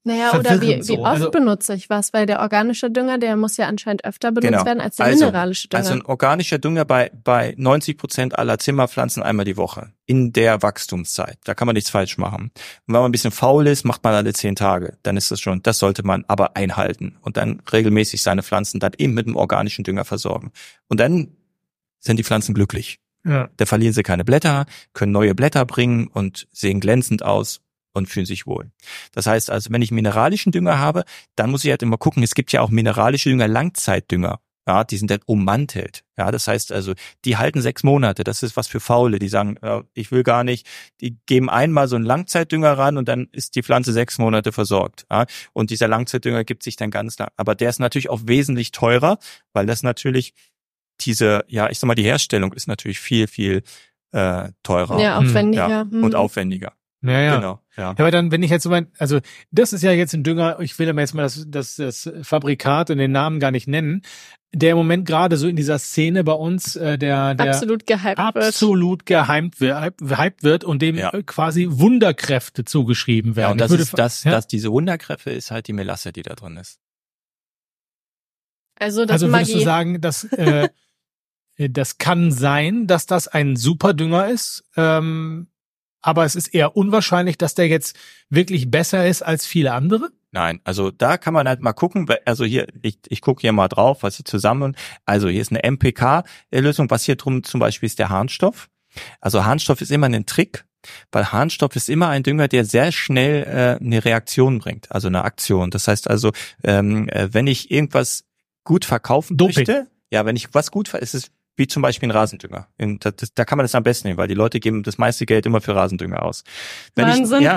[SPEAKER 3] Naja, oder
[SPEAKER 2] verwirrend
[SPEAKER 3] wie
[SPEAKER 2] so.
[SPEAKER 3] oft
[SPEAKER 2] Also,
[SPEAKER 3] benutze ich was? Weil der organische Dünger, der muss ja anscheinend öfter benutzt
[SPEAKER 4] Genau.
[SPEAKER 3] werden als der
[SPEAKER 4] Also-
[SPEAKER 3] mineralische Dünger.
[SPEAKER 4] Also ein organischer Dünger bei 90% aller Zimmerpflanzen einmal die Woche in der Wachstumszeit. Da kann man nichts falsch machen. Und wenn man ein bisschen faul ist, macht man alle 10 Tage. Dann ist das schon, das sollte man aber einhalten und dann regelmäßig seine Pflanzen dann eben mit dem organischen Dünger versorgen. Und dann sind die Pflanzen glücklich.
[SPEAKER 2] ja.
[SPEAKER 4] Da verlieren sie keine Blätter, können neue Blätter bringen und sehen glänzend aus und fühlen sich wohl. Das heißt also, wenn ich mineralischen Dünger habe, dann muss ich halt immer gucken, es gibt ja auch mineralische Dünger, Langzeitdünger. Ja, die sind dann ummantelt. Ja, das heißt also, die halten 6 Monate. Das ist was für Faule. Die sagen, ja, ich will gar nicht. Die geben einmal so einen Langzeitdünger ran und dann ist die Pflanze 6 Monate versorgt. Ja, und dieser Langzeitdünger gibt sich dann ganz lang. Aber der ist natürlich auch wesentlich teurer, weil das natürlich die Herstellung ist natürlich viel, viel teurer.
[SPEAKER 3] Ja, aufwendiger.
[SPEAKER 4] Ja, und aufwendiger.
[SPEAKER 2] Ja.
[SPEAKER 4] Genau. Ja.
[SPEAKER 2] Ja, aber dann, wenn ich jetzt so also das ist ja jetzt ein Dünger, ich will aber jetzt mal das Fabrikat und den Namen gar nicht nennen, der im Moment gerade so in dieser Szene bei uns, der
[SPEAKER 3] absolut gehypt wird.
[SPEAKER 2] absolut gehypt wird und dem quasi Wunderkräfte zugeschrieben werden.
[SPEAKER 4] Ja, und
[SPEAKER 2] dass
[SPEAKER 4] diese Wunderkräfte ist halt die Melasse, die da drin ist.
[SPEAKER 3] Also das
[SPEAKER 2] also würdest
[SPEAKER 3] Magie.
[SPEAKER 2] du sagen, dass das kann sein, dass das ein Superdünger ist, aber es ist eher unwahrscheinlich, dass der jetzt wirklich besser ist als viele andere?
[SPEAKER 4] Nein, also da kann man halt mal gucken, also hier, ich gucke hier mal drauf, was hier zusammen, also hier ist eine MPK-Lösung, was hier drum zum Beispiel ist der Harnstoff. Also Harnstoff ist immer ein Trick, weil Harnstoff ist immer ein Dünger, der sehr schnell eine Reaktion bringt, also eine Aktion. Das heißt also, wenn ich irgendwas gut verkaufen möchte, wenn ich was gut, ist es wie zum Beispiel ein Rasendünger. Da kann man das am besten nehmen, weil die Leute geben das meiste Geld immer für Rasendünger aus.
[SPEAKER 3] Wahnsinn.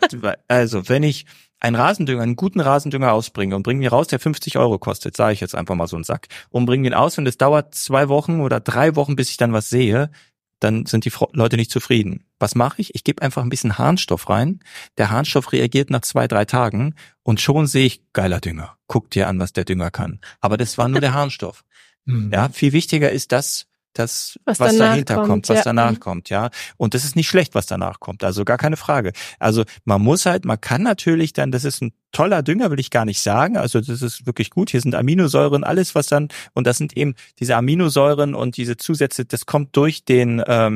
[SPEAKER 4] Also wenn ich einen guten Rasendünger ausbringe und bringe ihn raus, der 50 € kostet, sage ich jetzt einfach mal so einen Sack, und bringe ihn aus und es dauert 2 Wochen oder 3 Wochen, bis ich dann was sehe, dann sind die Leute nicht zufrieden. Was mache ich? Ich gebe einfach ein bisschen Harnstoff rein. Der Harnstoff reagiert nach 2-3 Tagen und schon sehe ich, geiler Dünger. Guck dir an, was der Dünger kann. Aber das war nur der Harnstoff. Ja, viel wichtiger ist das, was dahinter kommt, was danach kommt, ja. Und das ist nicht schlecht, was danach kommt, also gar keine Frage. Also man kann natürlich dann, das ist ein toller Dünger, will ich gar nicht sagen, also das ist wirklich gut, hier sind Aminosäuren, alles was dann, und das sind eben diese Aminosäuren und diese Zusätze, das kommt durch die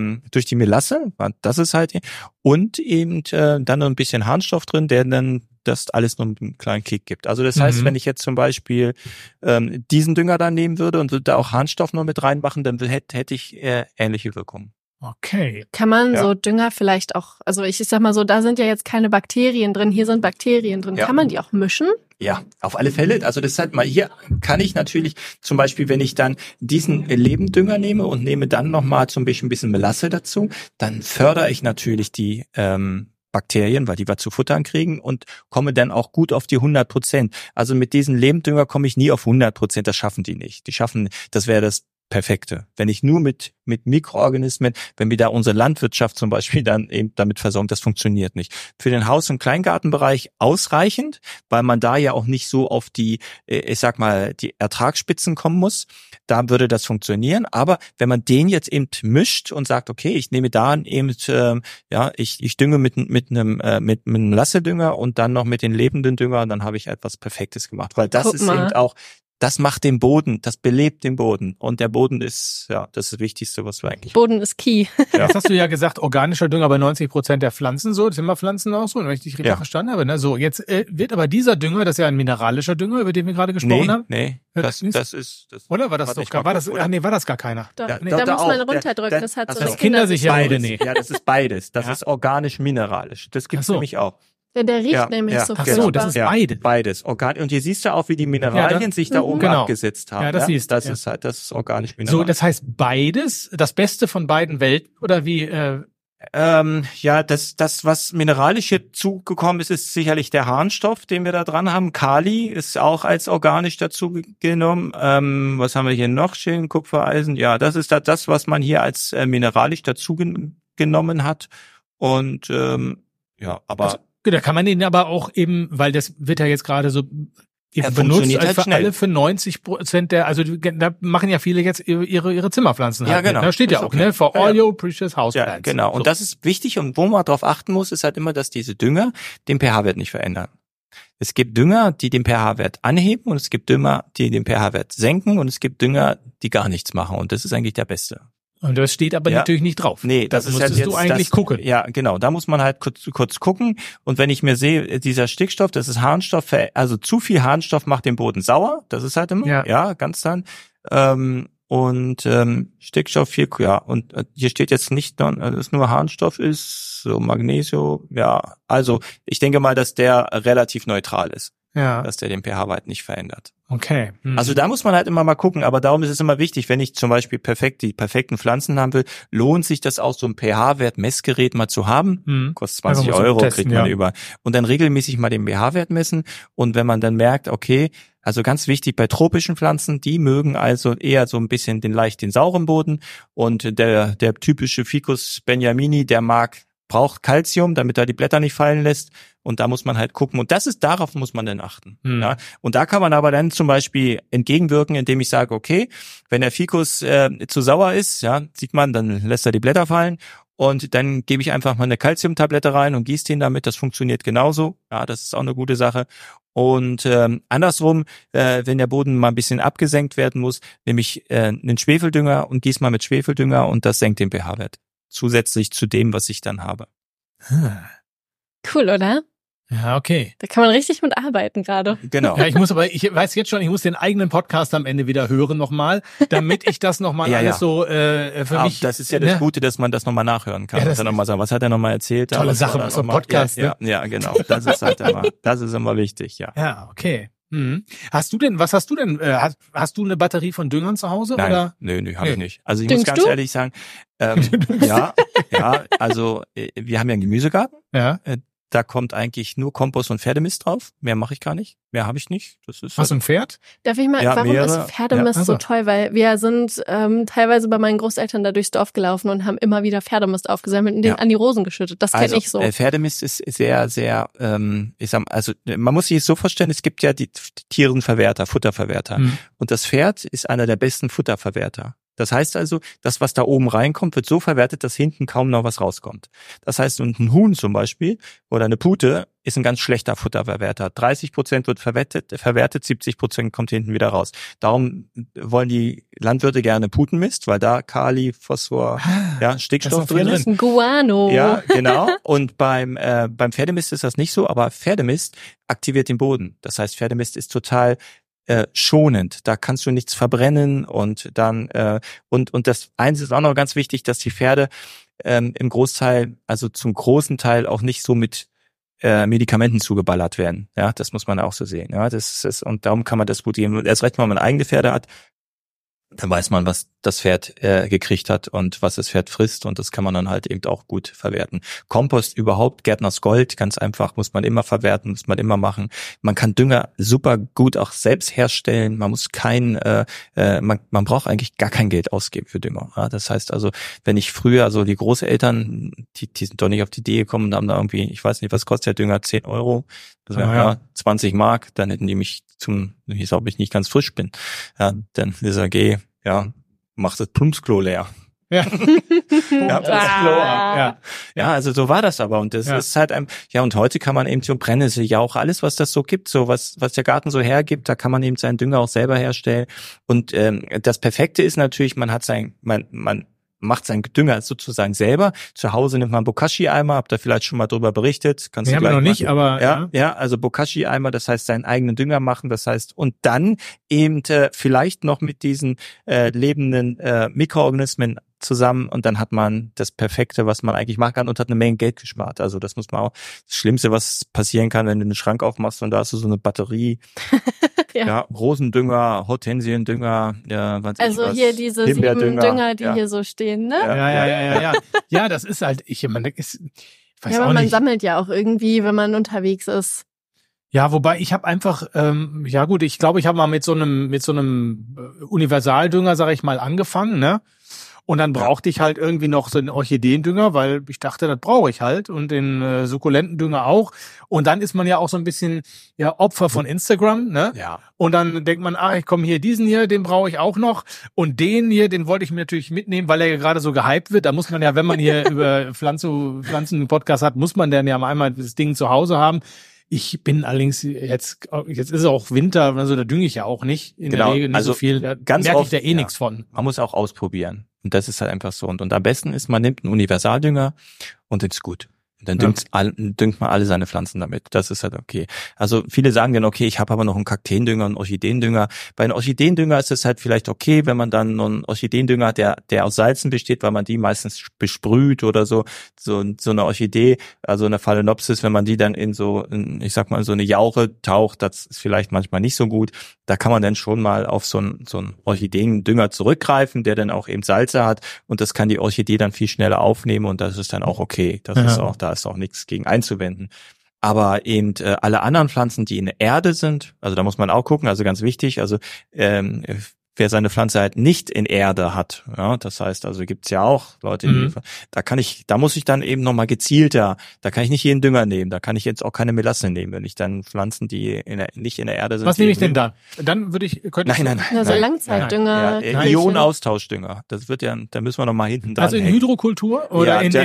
[SPEAKER 4] Melasse, das ist halt, und eben dann noch ein bisschen Harnstoff drin, der dann das alles nur mit einem kleinen Kick gibt. Also das heißt, wenn ich jetzt zum Beispiel diesen Dünger da nehmen würde und würde da auch Harnstoff noch mit reinmachen, dann hätte ich ähnliche Wirkungen.
[SPEAKER 2] Okay.
[SPEAKER 3] Kann man so Dünger vielleicht auch, also ich sag mal so, da sind ja jetzt keine Bakterien drin, hier sind Bakterien drin. Ja. Kann man die auch mischen?
[SPEAKER 4] Ja, auf alle Fälle. Also das ist halt mal, hier kann ich natürlich zum Beispiel, wenn ich dann diesen Lebendünger nehme und nehme dann nochmal zum Beispiel ein bisschen Melasse dazu, dann fördere ich natürlich die Bakterien, weil die wir zu futtern kriegen, und komme dann auch gut auf die 100%. Also mit diesen Lebendünger komme ich nie auf 100%, das schaffen die nicht. Das wäre das Perfekte. Wenn ich nur mit Mikroorganismen, wenn wir da unsere Landwirtschaft zum Beispiel dann eben damit versorgen, das funktioniert nicht. Für den Haus- und Kleingartenbereich ausreichend, weil man da ja auch nicht so auf die, ich sag mal, die Ertragsspitzen kommen muss. Da würde das funktionieren. Aber wenn man den jetzt eben mischt und sagt, okay, ich nehme da eben, ich dünge mit einem Lassedünger und dann noch mit den lebenden Dünger, dann habe ich etwas Perfektes gemacht. Weil das ist eben auch, das macht den Boden, das belebt den Boden. Und der Boden ist, das ist das Wichtigste, was wir eigentlich.
[SPEAKER 3] Boden ist key.
[SPEAKER 2] Ja. Jetzt hast du ja gesagt, organischer Dünger bei 90% der Pflanzen so, Zimmerpflanzen auch so, wenn ich dich richtig verstanden habe. Ne? So, jetzt wird aber dieser Dünger, das ist ja ein mineralischer Dünger, über den wir gerade gesprochen haben.
[SPEAKER 4] Nee, das ist.
[SPEAKER 2] Oder war das doch gar, war das gar keiner?
[SPEAKER 3] Doch, da muss man runterdrücken, das hat so
[SPEAKER 2] das Kinder sich ja
[SPEAKER 4] beides. Ja, das ist beides. Das ist organisch-mineralisch. Das gibt's nämlich auch.
[SPEAKER 3] Der riecht nämlich so.
[SPEAKER 2] Ach so, das ist beides.
[SPEAKER 4] Beides. Und hier siehst du auch, wie die Mineralien sich da oben abgesetzt haben.
[SPEAKER 2] Ja, das siehst du.
[SPEAKER 4] Das ist organisch mineralisch.
[SPEAKER 2] So, das heißt beides, das Beste von beiden Welten, oder wie?
[SPEAKER 4] Das, was mineralisch hier zugekommen ist sicherlich der Harnstoff, den wir da dran haben. Kali ist auch als organisch dazu genommen. Was haben wir hier noch? Schön, Kupfereisen. Ja, das ist das, was man hier als mineralisch dazu genommen hat. Und aber
[SPEAKER 2] da kann man den aber auch eben, weil das wird ja jetzt gerade so eben benutzt als für alle, für 90% der, also da machen ja viele jetzt ihre Zimmerpflanzen halt.
[SPEAKER 4] Ja, genau.
[SPEAKER 2] Da steht ja auch, okay, ne, for all your precious house plants.
[SPEAKER 4] Ja, genau. Und das ist wichtig, und wo man drauf achten muss, ist halt immer, dass diese Dünger den pH-Wert nicht verändern. Es gibt Dünger, die den pH-Wert anheben und es gibt Dünger, die den pH-Wert senken und es gibt Dünger, die gar nichts machen und das ist eigentlich der beste.
[SPEAKER 2] Und das steht aber natürlich nicht drauf.
[SPEAKER 4] Nee, das ist
[SPEAKER 2] musstest
[SPEAKER 4] jetzt
[SPEAKER 2] du eigentlich gucken.
[SPEAKER 4] Ja, genau. Da muss man halt kurz gucken. Und wenn ich mir sehe, dieser Stickstoff, das ist Harnstoff, also zu viel Harnstoff macht den Boden sauer. Das ist halt immer, ja ganz dann. Stickstoff 4, ja. Und hier steht jetzt nicht, dass nur Harnstoff ist, so Magnesium, ja. Also ich denke mal, dass der relativ neutral ist. Ja. Dass der den pH-Wert nicht verändert.
[SPEAKER 2] Okay.
[SPEAKER 4] Also da muss man halt immer mal gucken, aber darum ist es immer wichtig, wenn ich zum Beispiel die perfekten Pflanzen haben will, lohnt sich das auch so ein pH-Wert-Messgerät mal zu haben. Kostet 20 Euro, testen, kriegt man über. Und dann regelmäßig mal den pH-Wert messen und wenn man dann merkt, okay, also ganz wichtig bei tropischen Pflanzen, die mögen also eher so ein bisschen den sauren Boden und der typische Ficus benjamini, braucht Calcium, damit er die Blätter nicht fallen lässt. Und da muss man halt gucken. Und darauf muss man dann achten. Ja. Und da kann man aber dann zum Beispiel entgegenwirken, indem ich sage, okay, wenn der Ficus zu sauer ist, ja, sieht man, dann lässt er die Blätter fallen. Und dann gebe ich einfach mal eine Calciumtablette rein und gieße den damit. Das funktioniert genauso. Ja, das ist auch eine gute Sache. Und andersrum, wenn der Boden mal ein bisschen abgesenkt werden muss, nehme ich einen Schwefeldünger und gieße mal mit Schwefeldünger und das senkt den pH-Wert. Zusätzlich zu dem, was ich dann habe.
[SPEAKER 3] Cool, oder?
[SPEAKER 2] Ja, okay.
[SPEAKER 3] Da kann man richtig mit arbeiten gerade.
[SPEAKER 4] Genau.
[SPEAKER 2] Ja, ich weiß jetzt schon, ich muss den eigenen Podcast am Ende wieder hören nochmal, damit ich das nochmal alles so für mich.
[SPEAKER 4] Das ist ja das Gute, dass man das nochmal nachhören kann. Ja, nochmal sagen, was hat er nochmal erzählt?
[SPEAKER 2] Tolle Sache, was so ein Podcast.
[SPEAKER 4] Ja, genau. Das ist halt das ist immer wichtig, ja.
[SPEAKER 2] Ja, okay. Hast du denn hast du eine Batterie von Düngern zu Hause?
[SPEAKER 4] Nein,
[SPEAKER 2] oder?
[SPEAKER 4] Nö, habe ich nicht. Also ich muss ganz ehrlich sagen, also wir haben ja einen Gemüsegarten. Ja. Da kommt eigentlich nur Kompost und Pferdemist drauf. Mehr mache ich gar nicht. Mehr habe ich nicht. Das ist
[SPEAKER 2] Hast du ein Pferd?
[SPEAKER 3] Darf ich mal, warum ist Pferdemist so toll? Weil wir sind teilweise bei meinen Großeltern da durchs Dorf gelaufen und haben immer wieder Pferdemist aufgesammelt und den an die Rosen geschüttet. Das kenne ich so.
[SPEAKER 4] Pferdemist ist sehr, sehr, also man muss sich es so vorstellen, es gibt ja die Tierenverwerter, Futterverwerter. Und das Pferd ist einer der besten Futterverwerter. Das heißt also, das, was da oben reinkommt, wird so verwertet, dass hinten kaum noch was rauskommt. Das heißt, und ein Huhn zum Beispiel oder eine Pute ist ein ganz schlechter Futterverwerter. 30% wird verwertet, 70% kommt hinten wieder raus. Darum wollen die Landwirte gerne Putenmist, weil da Kali, Phosphor, Stickstoff drin ist.
[SPEAKER 3] Guano.
[SPEAKER 4] Ja, genau. Und beim Pferdemist ist das nicht so, aber Pferdemist aktiviert den Boden. Das heißt, Pferdemist ist total schonend, da kannst du nichts verbrennen und dann und das eins ist auch noch ganz wichtig, dass die Pferde im Großteil, also zum großen Teil auch nicht so mit Medikamenten zugeballert werden. Ja, das muss man auch so sehen. Ja, das ist und darum kann man das gut geben. Erst recht, wenn man eigene Pferde hat, dann weiß man, was das Pferd gekriegt hat und was das Pferd frisst und das kann man dann halt eben auch gut verwerten. Kompost überhaupt, Gärtners Gold, ganz einfach, muss man immer verwerten, muss man immer machen. Man kann Dünger super gut auch selbst herstellen, man muss man braucht eigentlich gar kein Geld ausgeben für Dünger. Ja, das heißt also, wenn ich früher, also die Großeltern, die sind doch nicht auf die Idee gekommen und haben da irgendwie, ich weiß nicht, was kostet der Dünger, 10 Euro, das wäre 20 Mark, dann hätten die mich ich glaube, ich nicht ganz frisch bin. Ja, dann ist er macht das Plumpsklo leer.
[SPEAKER 2] Ja.
[SPEAKER 4] Ja, also so war das aber und das ist halt und heute kann man eben so Brennnessel, Jauch, alles was das so gibt, so was der Garten so hergibt, da kann man eben seinen Dünger auch selber herstellen und das Perfekte ist natürlich, man macht seinen Dünger sozusagen selber. Zu Hause nimmt man Bokashi-Eimer, habt ihr vielleicht schon mal drüber berichtet.
[SPEAKER 2] Kannst du gleich noch nicht, aber
[SPEAKER 4] also Bokashi-Eimer, das heißt seinen eigenen Dünger machen, das heißt und dann eben vielleicht noch mit diesen lebenden Mikroorganismen zusammen und dann hat man das Perfekte, was man eigentlich machen kann und hat eine Menge Geld gespart. Also das muss man auch, das Schlimmste, was passieren kann, wenn du einen Schrank aufmachst und da hast du so eine Batterie, Rosendünger, Hortensiendünger,
[SPEAKER 3] also hier diese 7 Dünger, die hier so stehen, ne?
[SPEAKER 2] Ja. Ja, das ist halt,
[SPEAKER 3] man sammelt ja auch irgendwie, wenn man unterwegs ist.
[SPEAKER 2] Ja, wobei ich habe einfach, ich glaube, ich habe mal mit so einem Universaldünger, sage ich mal, angefangen, ne? Und dann brauchte ich halt irgendwie noch so einen Orchideendünger, weil ich dachte, das brauche ich halt und den Sukkulentendünger auch. Und dann ist man ja auch so ein bisschen Opfer von Instagram, ne? Ja. Und dann denkt man, ich komme hier diesen hier, den brauche ich auch noch. Und den hier, den wollte ich mir natürlich mitnehmen, weil er ja gerade so gehypt wird. Da muss man ja, wenn man hier über Pflanzen-Podcast hat, muss man dann ja einmal das Ding zu Hause haben. Ich bin allerdings jetzt ist es auch Winter, also da dünge ich ja auch nicht. In der Regel nicht so viel. Da
[SPEAKER 4] ganz
[SPEAKER 2] merke
[SPEAKER 4] oft,
[SPEAKER 2] ich da nichts von.
[SPEAKER 4] Man muss auch ausprobieren. Und das ist halt einfach so. Und am besten ist, man nimmt einen Universaldünger und das ist gut. Und dann düngt man alle seine Pflanzen damit. Das ist halt okay. Also viele sagen dann, okay, ich habe aber noch einen Kakteendünger, einen Orchideendünger. Bei einem Orchideendünger ist es halt vielleicht okay, wenn man dann noch einen Orchideendünger hat, der aus Salzen besteht, weil man die meistens besprüht oder so eine Orchidee, also eine Phalaenopsis, wenn man die dann in so eine Jauche taucht, das ist vielleicht manchmal nicht so gut. Da kann man dann schon mal auf so einen Orchideendünger zurückgreifen, der dann auch eben Salze hat, und das kann die Orchidee dann viel schneller aufnehmen, und das ist dann auch okay. Das ist auch, da ist auch nichts gegen einzuwenden. Aber eben alle anderen Pflanzen, die in der Erde sind, also da muss man auch gucken, also ganz wichtig, also wer seine Pflanze halt nicht in Erde hat, ja, das heißt, also gibt's ja auch Leute, da muss ich dann eben nochmal gezielter, da kann ich nicht jeden Dünger nehmen, da kann ich jetzt auch keine Melasse nehmen, wenn ich dann Pflanzen, die nicht in der Erde sind.
[SPEAKER 2] Was nehme ich denn dann? Dann
[SPEAKER 4] Nein.
[SPEAKER 3] Also Langzeitdünger.
[SPEAKER 4] Ja, Ionenaustauschdünger. Das wird ja, da müssen wir nochmal hinten dran.
[SPEAKER 2] Also in Hydrokultur oder
[SPEAKER 4] ja,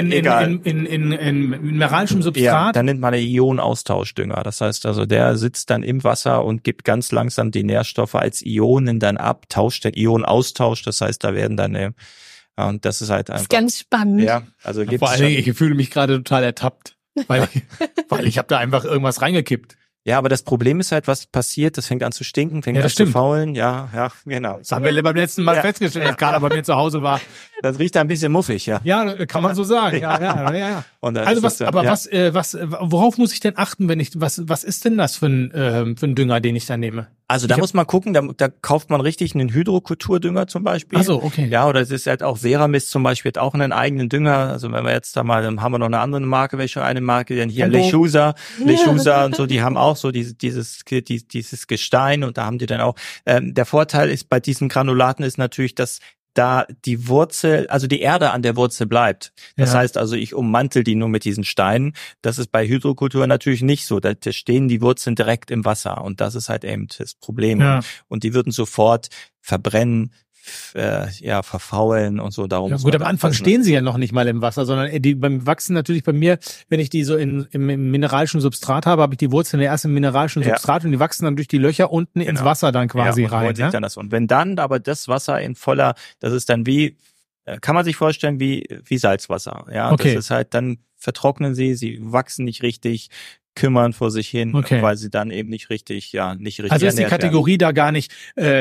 [SPEAKER 2] in mineralischem Substrat?
[SPEAKER 4] Ja, dann nennt man Ionenaustauschdünger. Das heißt also, der sitzt dann im Wasser und gibt ganz langsam die Nährstoffe als Ionen dann ab, tauscht den Ionenaustausch. Das heißt, da werden dann, und das ist halt einfach.
[SPEAKER 3] Das ist ganz spannend.
[SPEAKER 4] Ja, also
[SPEAKER 2] Vor allen Dingen, ich fühle mich gerade total ertappt, weil ich habe da einfach irgendwas reingekippt.
[SPEAKER 4] Ja, aber das Problem ist halt, was passiert, das fängt an zu stinken, fängt an zu faulen. Ja, genau.
[SPEAKER 2] Das haben wir beim letzten Mal festgestellt, als Carla bei mir zu Hause war.
[SPEAKER 4] Das riecht da ein bisschen muffig, ja.
[SPEAKER 2] Ja, kann man so sagen. Ja.
[SPEAKER 4] Und
[SPEAKER 2] also worauf muss ich denn achten, wenn was ist denn das für ein Dünger, den ich da nehme?
[SPEAKER 4] Also da muss man gucken, da kauft man richtig einen Hydrokulturdünger zum Beispiel.
[SPEAKER 2] Ach so, okay.
[SPEAKER 4] Ja, oder es ist halt auch Ceramis zum Beispiel, hat auch einen eigenen Dünger. Also wenn wir jetzt da mal, dann haben wir noch eine andere Marke, welche eine Marke, denn hier Lechusa und so, die haben auch so dieses Gestein, und da haben die dann auch, der Vorteil ist bei diesen Granulaten ist natürlich, dass da die Wurzel, also die Erde an der Wurzel bleibt. Das heißt also, ich ummantel die nur mit diesen Steinen. Das ist bei Hydrokultur natürlich nicht so. Da stehen die Wurzeln direkt im Wasser, und das ist halt eben das Problem.
[SPEAKER 2] Ja.
[SPEAKER 4] Und die würden sofort verbrennen, verfaulen und so. Darum
[SPEAKER 2] ja, gut, am Anfang stehen sie ja noch nicht mal im Wasser, sondern die wachsen natürlich bei mir, wenn ich die so im mineralischen Substrat habe ich die Wurzeln erst im mineralischen Substrat, und die wachsen dann durch die Löcher unten ins Wasser dann quasi rein.
[SPEAKER 4] Ja? Und wenn dann aber das Wasser das ist dann kann man sich vorstellen wie Salzwasser. Ja,
[SPEAKER 2] okay.
[SPEAKER 4] Das ist halt, dann vertrocknen sie wachsen nicht richtig, kümmern vor sich hin, weil sie dann eben nicht richtig
[SPEAKER 2] also ist die Kategorie da gar nicht,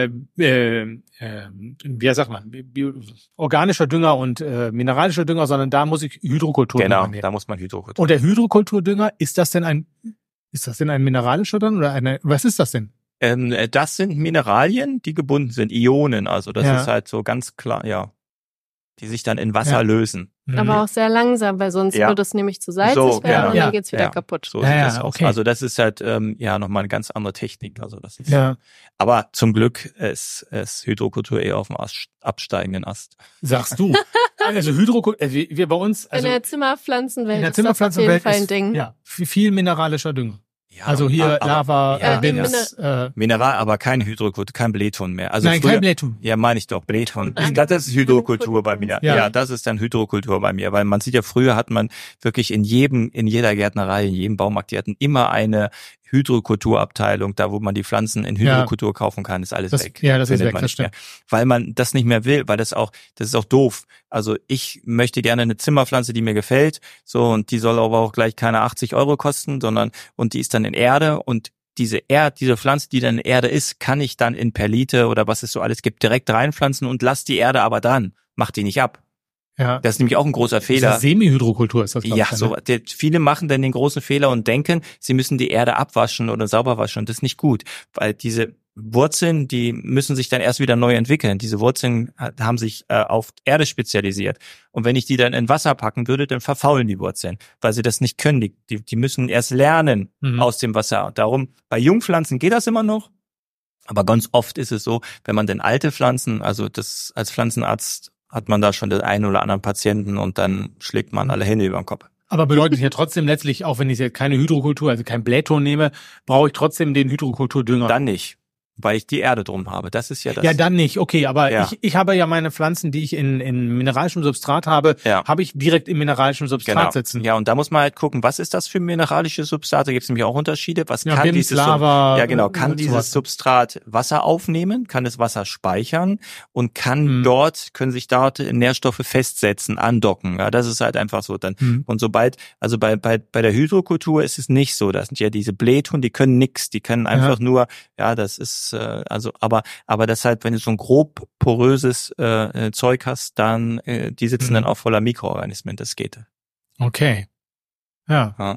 [SPEAKER 2] wie sagt man, organischer Dünger und mineralischer Dünger, sondern da muss ich Hydrokulturdünger nehmen.
[SPEAKER 4] Da muss man Hydrokultur.
[SPEAKER 2] Und der Hydrokulturdünger, ist das denn ein mineralischer dann oder was ist das denn?
[SPEAKER 4] Das sind Mineralien, die gebunden sind, Ionen, also das ist halt so ganz klar, die sich dann in Wasser lösen.
[SPEAKER 3] Aber auch sehr langsam, weil sonst würde es nämlich zu salzig werden und dann geht's wieder kaputt.
[SPEAKER 4] So sieht das aus. Also das ist halt nochmal eine ganz andere Technik. Also das ist aber zum Glück ist Hydrokultur eher auf dem absteigenden Ast.
[SPEAKER 2] Sagst du? Also Hydrokultur, wir bei uns
[SPEAKER 3] in der Zimmerpflanzenwelt ist das auf jeden Fall ein Ding.
[SPEAKER 2] Ja, viel mineralischer Dünger. Ja, also hier Lava,
[SPEAKER 4] Mineral, aber kein Hydrokultur, kein Bleton mehr. Also
[SPEAKER 2] nein, kein Bleton.
[SPEAKER 4] Ja, meine ich doch, Bleton. Das ist Hydrokultur bei mir. Ja, das ist dann Hydrokultur bei mir, weil man sieht ja, früher hat man wirklich in jeder Gärtnerei, in jedem Baumarkt, die hatten immer eine Hydrokulturabteilung, da wo man die Pflanzen in Hydrokultur kaufen kann, ist alles weg.
[SPEAKER 2] Ja, das ist weg, das stimmt.
[SPEAKER 4] Weil man das nicht mehr will, weil das ist auch doof. Also ich möchte gerne eine Zimmerpflanze, die mir gefällt, so, und die soll aber auch gleich keine 80 € kosten, und die ist dann in Erde, und diese Pflanze, die dann in Erde ist, kann ich dann in Perlite oder was es so alles gibt, direkt reinpflanzen und lass die Erde aber dran. Mach die nicht ab.
[SPEAKER 2] Ja.
[SPEAKER 4] Das ist nämlich auch ein großer Fehler.
[SPEAKER 2] Das ist Semi-Hydrokultur ist das, glaube ich.
[SPEAKER 4] Viele machen dann den großen Fehler und denken, sie müssen die Erde abwaschen oder sauber waschen, und das ist nicht gut, weil diese Wurzeln, die müssen sich dann erst wieder neu entwickeln. Diese Wurzeln haben sich auf Erde spezialisiert. Und wenn ich die dann in Wasser packen würde, dann verfaulen die Wurzeln, weil sie das nicht können. Die müssen erst lernen aus dem Wasser. Und darum, bei Jungpflanzen geht das immer noch. Aber ganz oft ist es so, wenn man denn alte Pflanzen, also das als Pflanzenarzt hat man da schon den einen oder anderen Patienten, und dann schlägt man alle Hände über den Kopf.
[SPEAKER 2] Aber bedeutet ja trotzdem letztlich, auch wenn ich jetzt keine Hydrokultur, also kein Bleton nehme, brauche ich trotzdem den Hydrokulturdünger.
[SPEAKER 4] Dann nicht. weil ich die Erde drum habe. Das ist ja das.
[SPEAKER 2] Ja, dann nicht. Okay, aber
[SPEAKER 4] Ja.
[SPEAKER 2] ich habe ja meine Pflanzen, die ich in mineralischem Substrat habe,
[SPEAKER 4] Ja.
[SPEAKER 2] habe ich direkt im mineralischen Substrat
[SPEAKER 4] Genau.
[SPEAKER 2] sitzen.
[SPEAKER 4] Ja, und da muss man halt gucken, was ist das für mineralische Substrat? Da gibt es nämlich auch Unterschiede. Was
[SPEAKER 2] Ja,
[SPEAKER 4] kann
[SPEAKER 2] Bims,
[SPEAKER 4] dieses
[SPEAKER 2] Lava,
[SPEAKER 4] ja genau, kann
[SPEAKER 2] und
[SPEAKER 4] dieses
[SPEAKER 2] sowas.
[SPEAKER 4] Substrat Wasser aufnehmen, kann es Wasser speichern und können sich dort Nährstoffe festsetzen, andocken. Ja, das ist halt einfach so. Dann und sobald, also bei der Hydrokultur ist es nicht so. Das sind ja diese Blähton, die können nix, die können einfach nur, ja, das ist aber das halt, wenn du so ein grob poröses Zeug hast, dann die sitzen dann auch voller Mikroorganismen, das geht.
[SPEAKER 2] Okay. Ja.
[SPEAKER 4] Ja.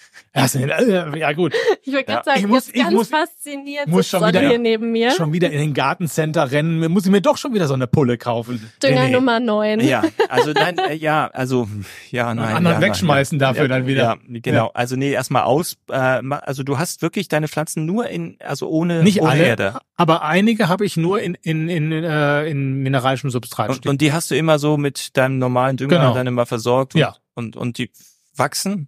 [SPEAKER 2] Ja gut.
[SPEAKER 3] Ich würde gerade
[SPEAKER 4] Ja.
[SPEAKER 3] sagen,
[SPEAKER 2] Ich muss
[SPEAKER 3] fasziniert
[SPEAKER 2] muss
[SPEAKER 3] sitzt
[SPEAKER 2] schon wieder-
[SPEAKER 3] Sonne hier neben mir.
[SPEAKER 2] Schon wieder in den Gartencenter rennen. Muss ich mir doch schon wieder so eine Pulle kaufen.
[SPEAKER 3] Dünger
[SPEAKER 2] Nee.
[SPEAKER 3] Nummer 9.
[SPEAKER 4] Ja, also nein, nein.
[SPEAKER 2] Anderen wegschmeißen dafür dann wieder.
[SPEAKER 4] Ja, genau. Also nee, erstmal also du hast wirklich deine Pflanzen nur ohne
[SPEAKER 2] Nicht
[SPEAKER 4] ohne
[SPEAKER 2] alle,
[SPEAKER 4] Erde.
[SPEAKER 2] aber einige habe ich nur in mineralischem Substrat stehen.
[SPEAKER 4] Und die hast du immer so mit deinem normalen Dünger
[SPEAKER 2] Genau.
[SPEAKER 4] dann immer versorgt
[SPEAKER 2] Ja.
[SPEAKER 4] und die wachsen.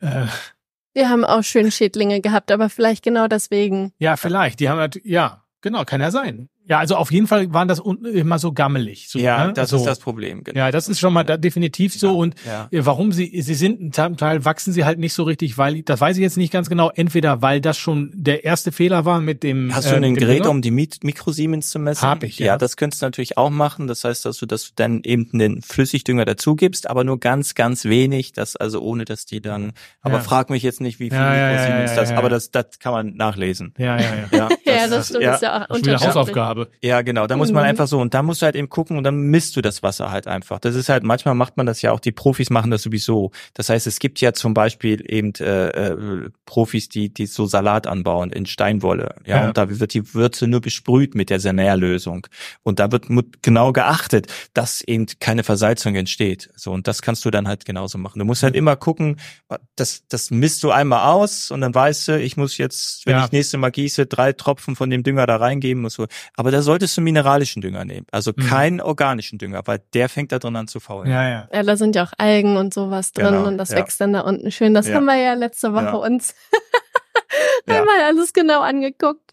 [SPEAKER 3] Wir haben auch schön Schädlinge gehabt, aber vielleicht genau deswegen.
[SPEAKER 2] Ja, vielleicht. Die haben halt, ja, genau, kann ja sein. Ja, also auf jeden Fall waren das immer so gammelig. So,
[SPEAKER 4] Ja,
[SPEAKER 2] ne?
[SPEAKER 4] das
[SPEAKER 2] also,
[SPEAKER 4] ist das Problem. Genau.
[SPEAKER 2] Ja, das ist schon mal definitiv so. Und
[SPEAKER 4] Ja.
[SPEAKER 2] warum sie sind, zum Teil wachsen sie halt nicht so richtig, weil, das weiß ich jetzt nicht ganz genau, entweder weil das schon der erste Fehler war mit dem
[SPEAKER 4] Hast du ein
[SPEAKER 2] dem
[SPEAKER 4] Gerät,
[SPEAKER 2] Dünger?
[SPEAKER 4] um die Mikrosiemens zu messen?
[SPEAKER 2] Hab ich, ja.
[SPEAKER 4] Ja, das könntest du natürlich auch machen. Das heißt, dass du dann eben den Flüssigdünger dazu gibst, aber nur ganz, ganz wenig, also ohne, dass die dann, aber frag mich jetzt nicht, wie viel Mikrosiemens das, aber das kann man nachlesen.
[SPEAKER 2] Ja.
[SPEAKER 3] Ja, das stimmt, ist ja auch
[SPEAKER 2] Das ist wieder
[SPEAKER 3] unterschiedlich.
[SPEAKER 2] Hausaufgabe.
[SPEAKER 4] Ja, genau. Da muss man einfach so, und da musst du halt eben gucken und dann misst du das Wasser halt einfach. Das ist halt, manchmal macht man das ja auch, die Profis machen das sowieso. Das heißt, es gibt ja zum Beispiel eben Profis, die so Salat anbauen in Steinwolle. Ja, und da wird die Würze nur besprüht mit der Nährlösung. Und da wird genau geachtet, dass eben keine Versalzung entsteht. So, und das kannst du dann halt genauso machen. Du musst halt immer gucken, das misst du einmal aus und dann weißt du, ich muss jetzt, wenn ich nächste Mal gieße, 3 Tropfen von dem Dünger da reingeben und so. Aber da solltest du mineralischen Dünger nehmen. Also keinen organischen Dünger, weil der fängt da drin an zu faulen.
[SPEAKER 2] Ja.
[SPEAKER 3] Ja, da sind ja auch Algen und sowas drin
[SPEAKER 4] Genau,
[SPEAKER 3] und das
[SPEAKER 4] ja.
[SPEAKER 3] wächst dann da unten schön. Das
[SPEAKER 4] Ja.
[SPEAKER 3] haben wir ja letzte Woche
[SPEAKER 4] Ja.
[SPEAKER 3] uns
[SPEAKER 4] Ja.
[SPEAKER 3] einmal alles genau angeguckt.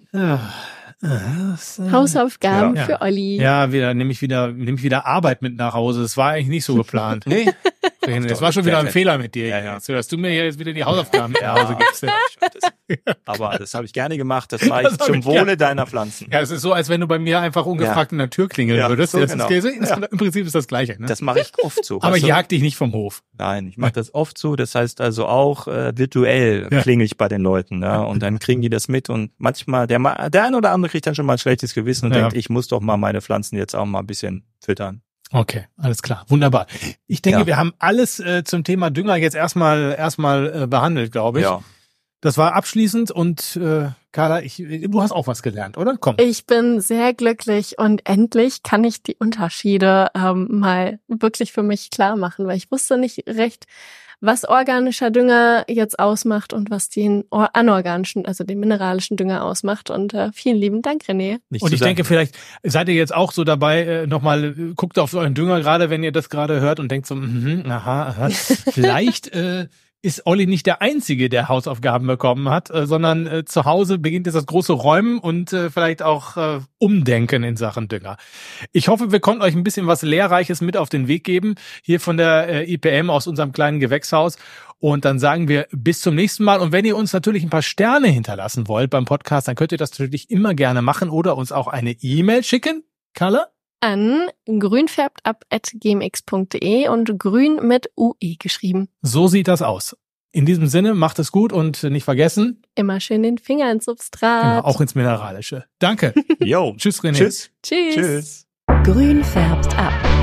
[SPEAKER 3] Hausaufgaben
[SPEAKER 2] Ja.
[SPEAKER 3] für Olli.
[SPEAKER 2] Ja, nehme ich wieder Arbeit mit nach Hause. Das war eigentlich nicht so geplant.
[SPEAKER 4] Nee.
[SPEAKER 2] Das war schon wieder ein
[SPEAKER 4] Ja.
[SPEAKER 2] Fehler mit dir.
[SPEAKER 4] Ja.
[SPEAKER 2] So, dass du mir jetzt wieder die Hausaufgaben nach Hause gibst.
[SPEAKER 4] Aber das habe ich gerne gemacht. Das mache ich
[SPEAKER 2] Das hab
[SPEAKER 4] zum
[SPEAKER 2] ich
[SPEAKER 4] Wohle
[SPEAKER 2] gerne.
[SPEAKER 4] deiner Pflanzen.
[SPEAKER 2] Ja, es ist so, als wenn du bei mir einfach ungefragt in der Tür klingeln
[SPEAKER 4] Ja,
[SPEAKER 2] würdest.
[SPEAKER 4] so
[SPEAKER 2] Das
[SPEAKER 4] genau.
[SPEAKER 2] Im Prinzip ist das Gleiche. Ne?
[SPEAKER 4] Das mache ich oft so.
[SPEAKER 2] Aber
[SPEAKER 4] weißt
[SPEAKER 2] ich
[SPEAKER 4] du?
[SPEAKER 2] jag dich nicht vom Hof.
[SPEAKER 4] Nein, ich mache das oft so. Das heißt also auch virtuell klingel ich bei den Leuten. Ja, und dann kriegen die das mit. Und manchmal, der ein oder andere kriegt dann schon mal ein schlechtes Gewissen und denkt, ich muss doch mal meine Pflanzen jetzt auch mal ein bisschen füttern.
[SPEAKER 2] Okay, alles klar. Wunderbar. Ich denke, wir haben alles zum Thema Dünger jetzt erstmal behandelt, glaube ich.
[SPEAKER 4] Ja.
[SPEAKER 2] Das war abschließend und Carla, du hast auch was gelernt, oder? Komm.
[SPEAKER 3] Ich bin sehr glücklich und endlich kann ich die Unterschiede mal wirklich für mich klar machen, weil ich wusste nicht recht, was organischer Dünger jetzt ausmacht und was den anorganischen, also den mineralischen Dünger ausmacht. Und vielen lieben Dank, René.
[SPEAKER 2] Und ich denke, vielleicht seid ihr jetzt auch so dabei, nochmal guckt auf euren Dünger gerade, wenn ihr das gerade hört und denkt so, aha. Vielleicht ist Olli nicht der Einzige, der Hausaufgaben bekommen hat, sondern zu Hause beginnt jetzt das große Räumen und vielleicht auch Umdenken in Sachen Dünger. Ich hoffe, wir konnten euch ein bisschen was Lehrreiches mit auf den Weg geben, hier von der IPM aus unserem kleinen Gewächshaus. Und dann sagen wir bis zum nächsten Mal. Und wenn ihr uns natürlich ein paar Sterne hinterlassen wollt beim Podcast, dann könnt ihr das natürlich immer gerne machen oder uns auch eine E-Mail schicken. Carla?
[SPEAKER 3] An grünfärbtab@gmx.de und grün mit UE geschrieben.
[SPEAKER 2] So sieht das aus. In diesem Sinne, macht es gut und nicht vergessen,
[SPEAKER 3] Immer schön den Finger ins Substrat.
[SPEAKER 2] genau, auch ins Mineralische. Danke.
[SPEAKER 4] Jo.
[SPEAKER 2] Tschüss, René.
[SPEAKER 4] Tschüss.
[SPEAKER 3] Tschüss.
[SPEAKER 4] Tschüss.
[SPEAKER 1] Grün färbt ab.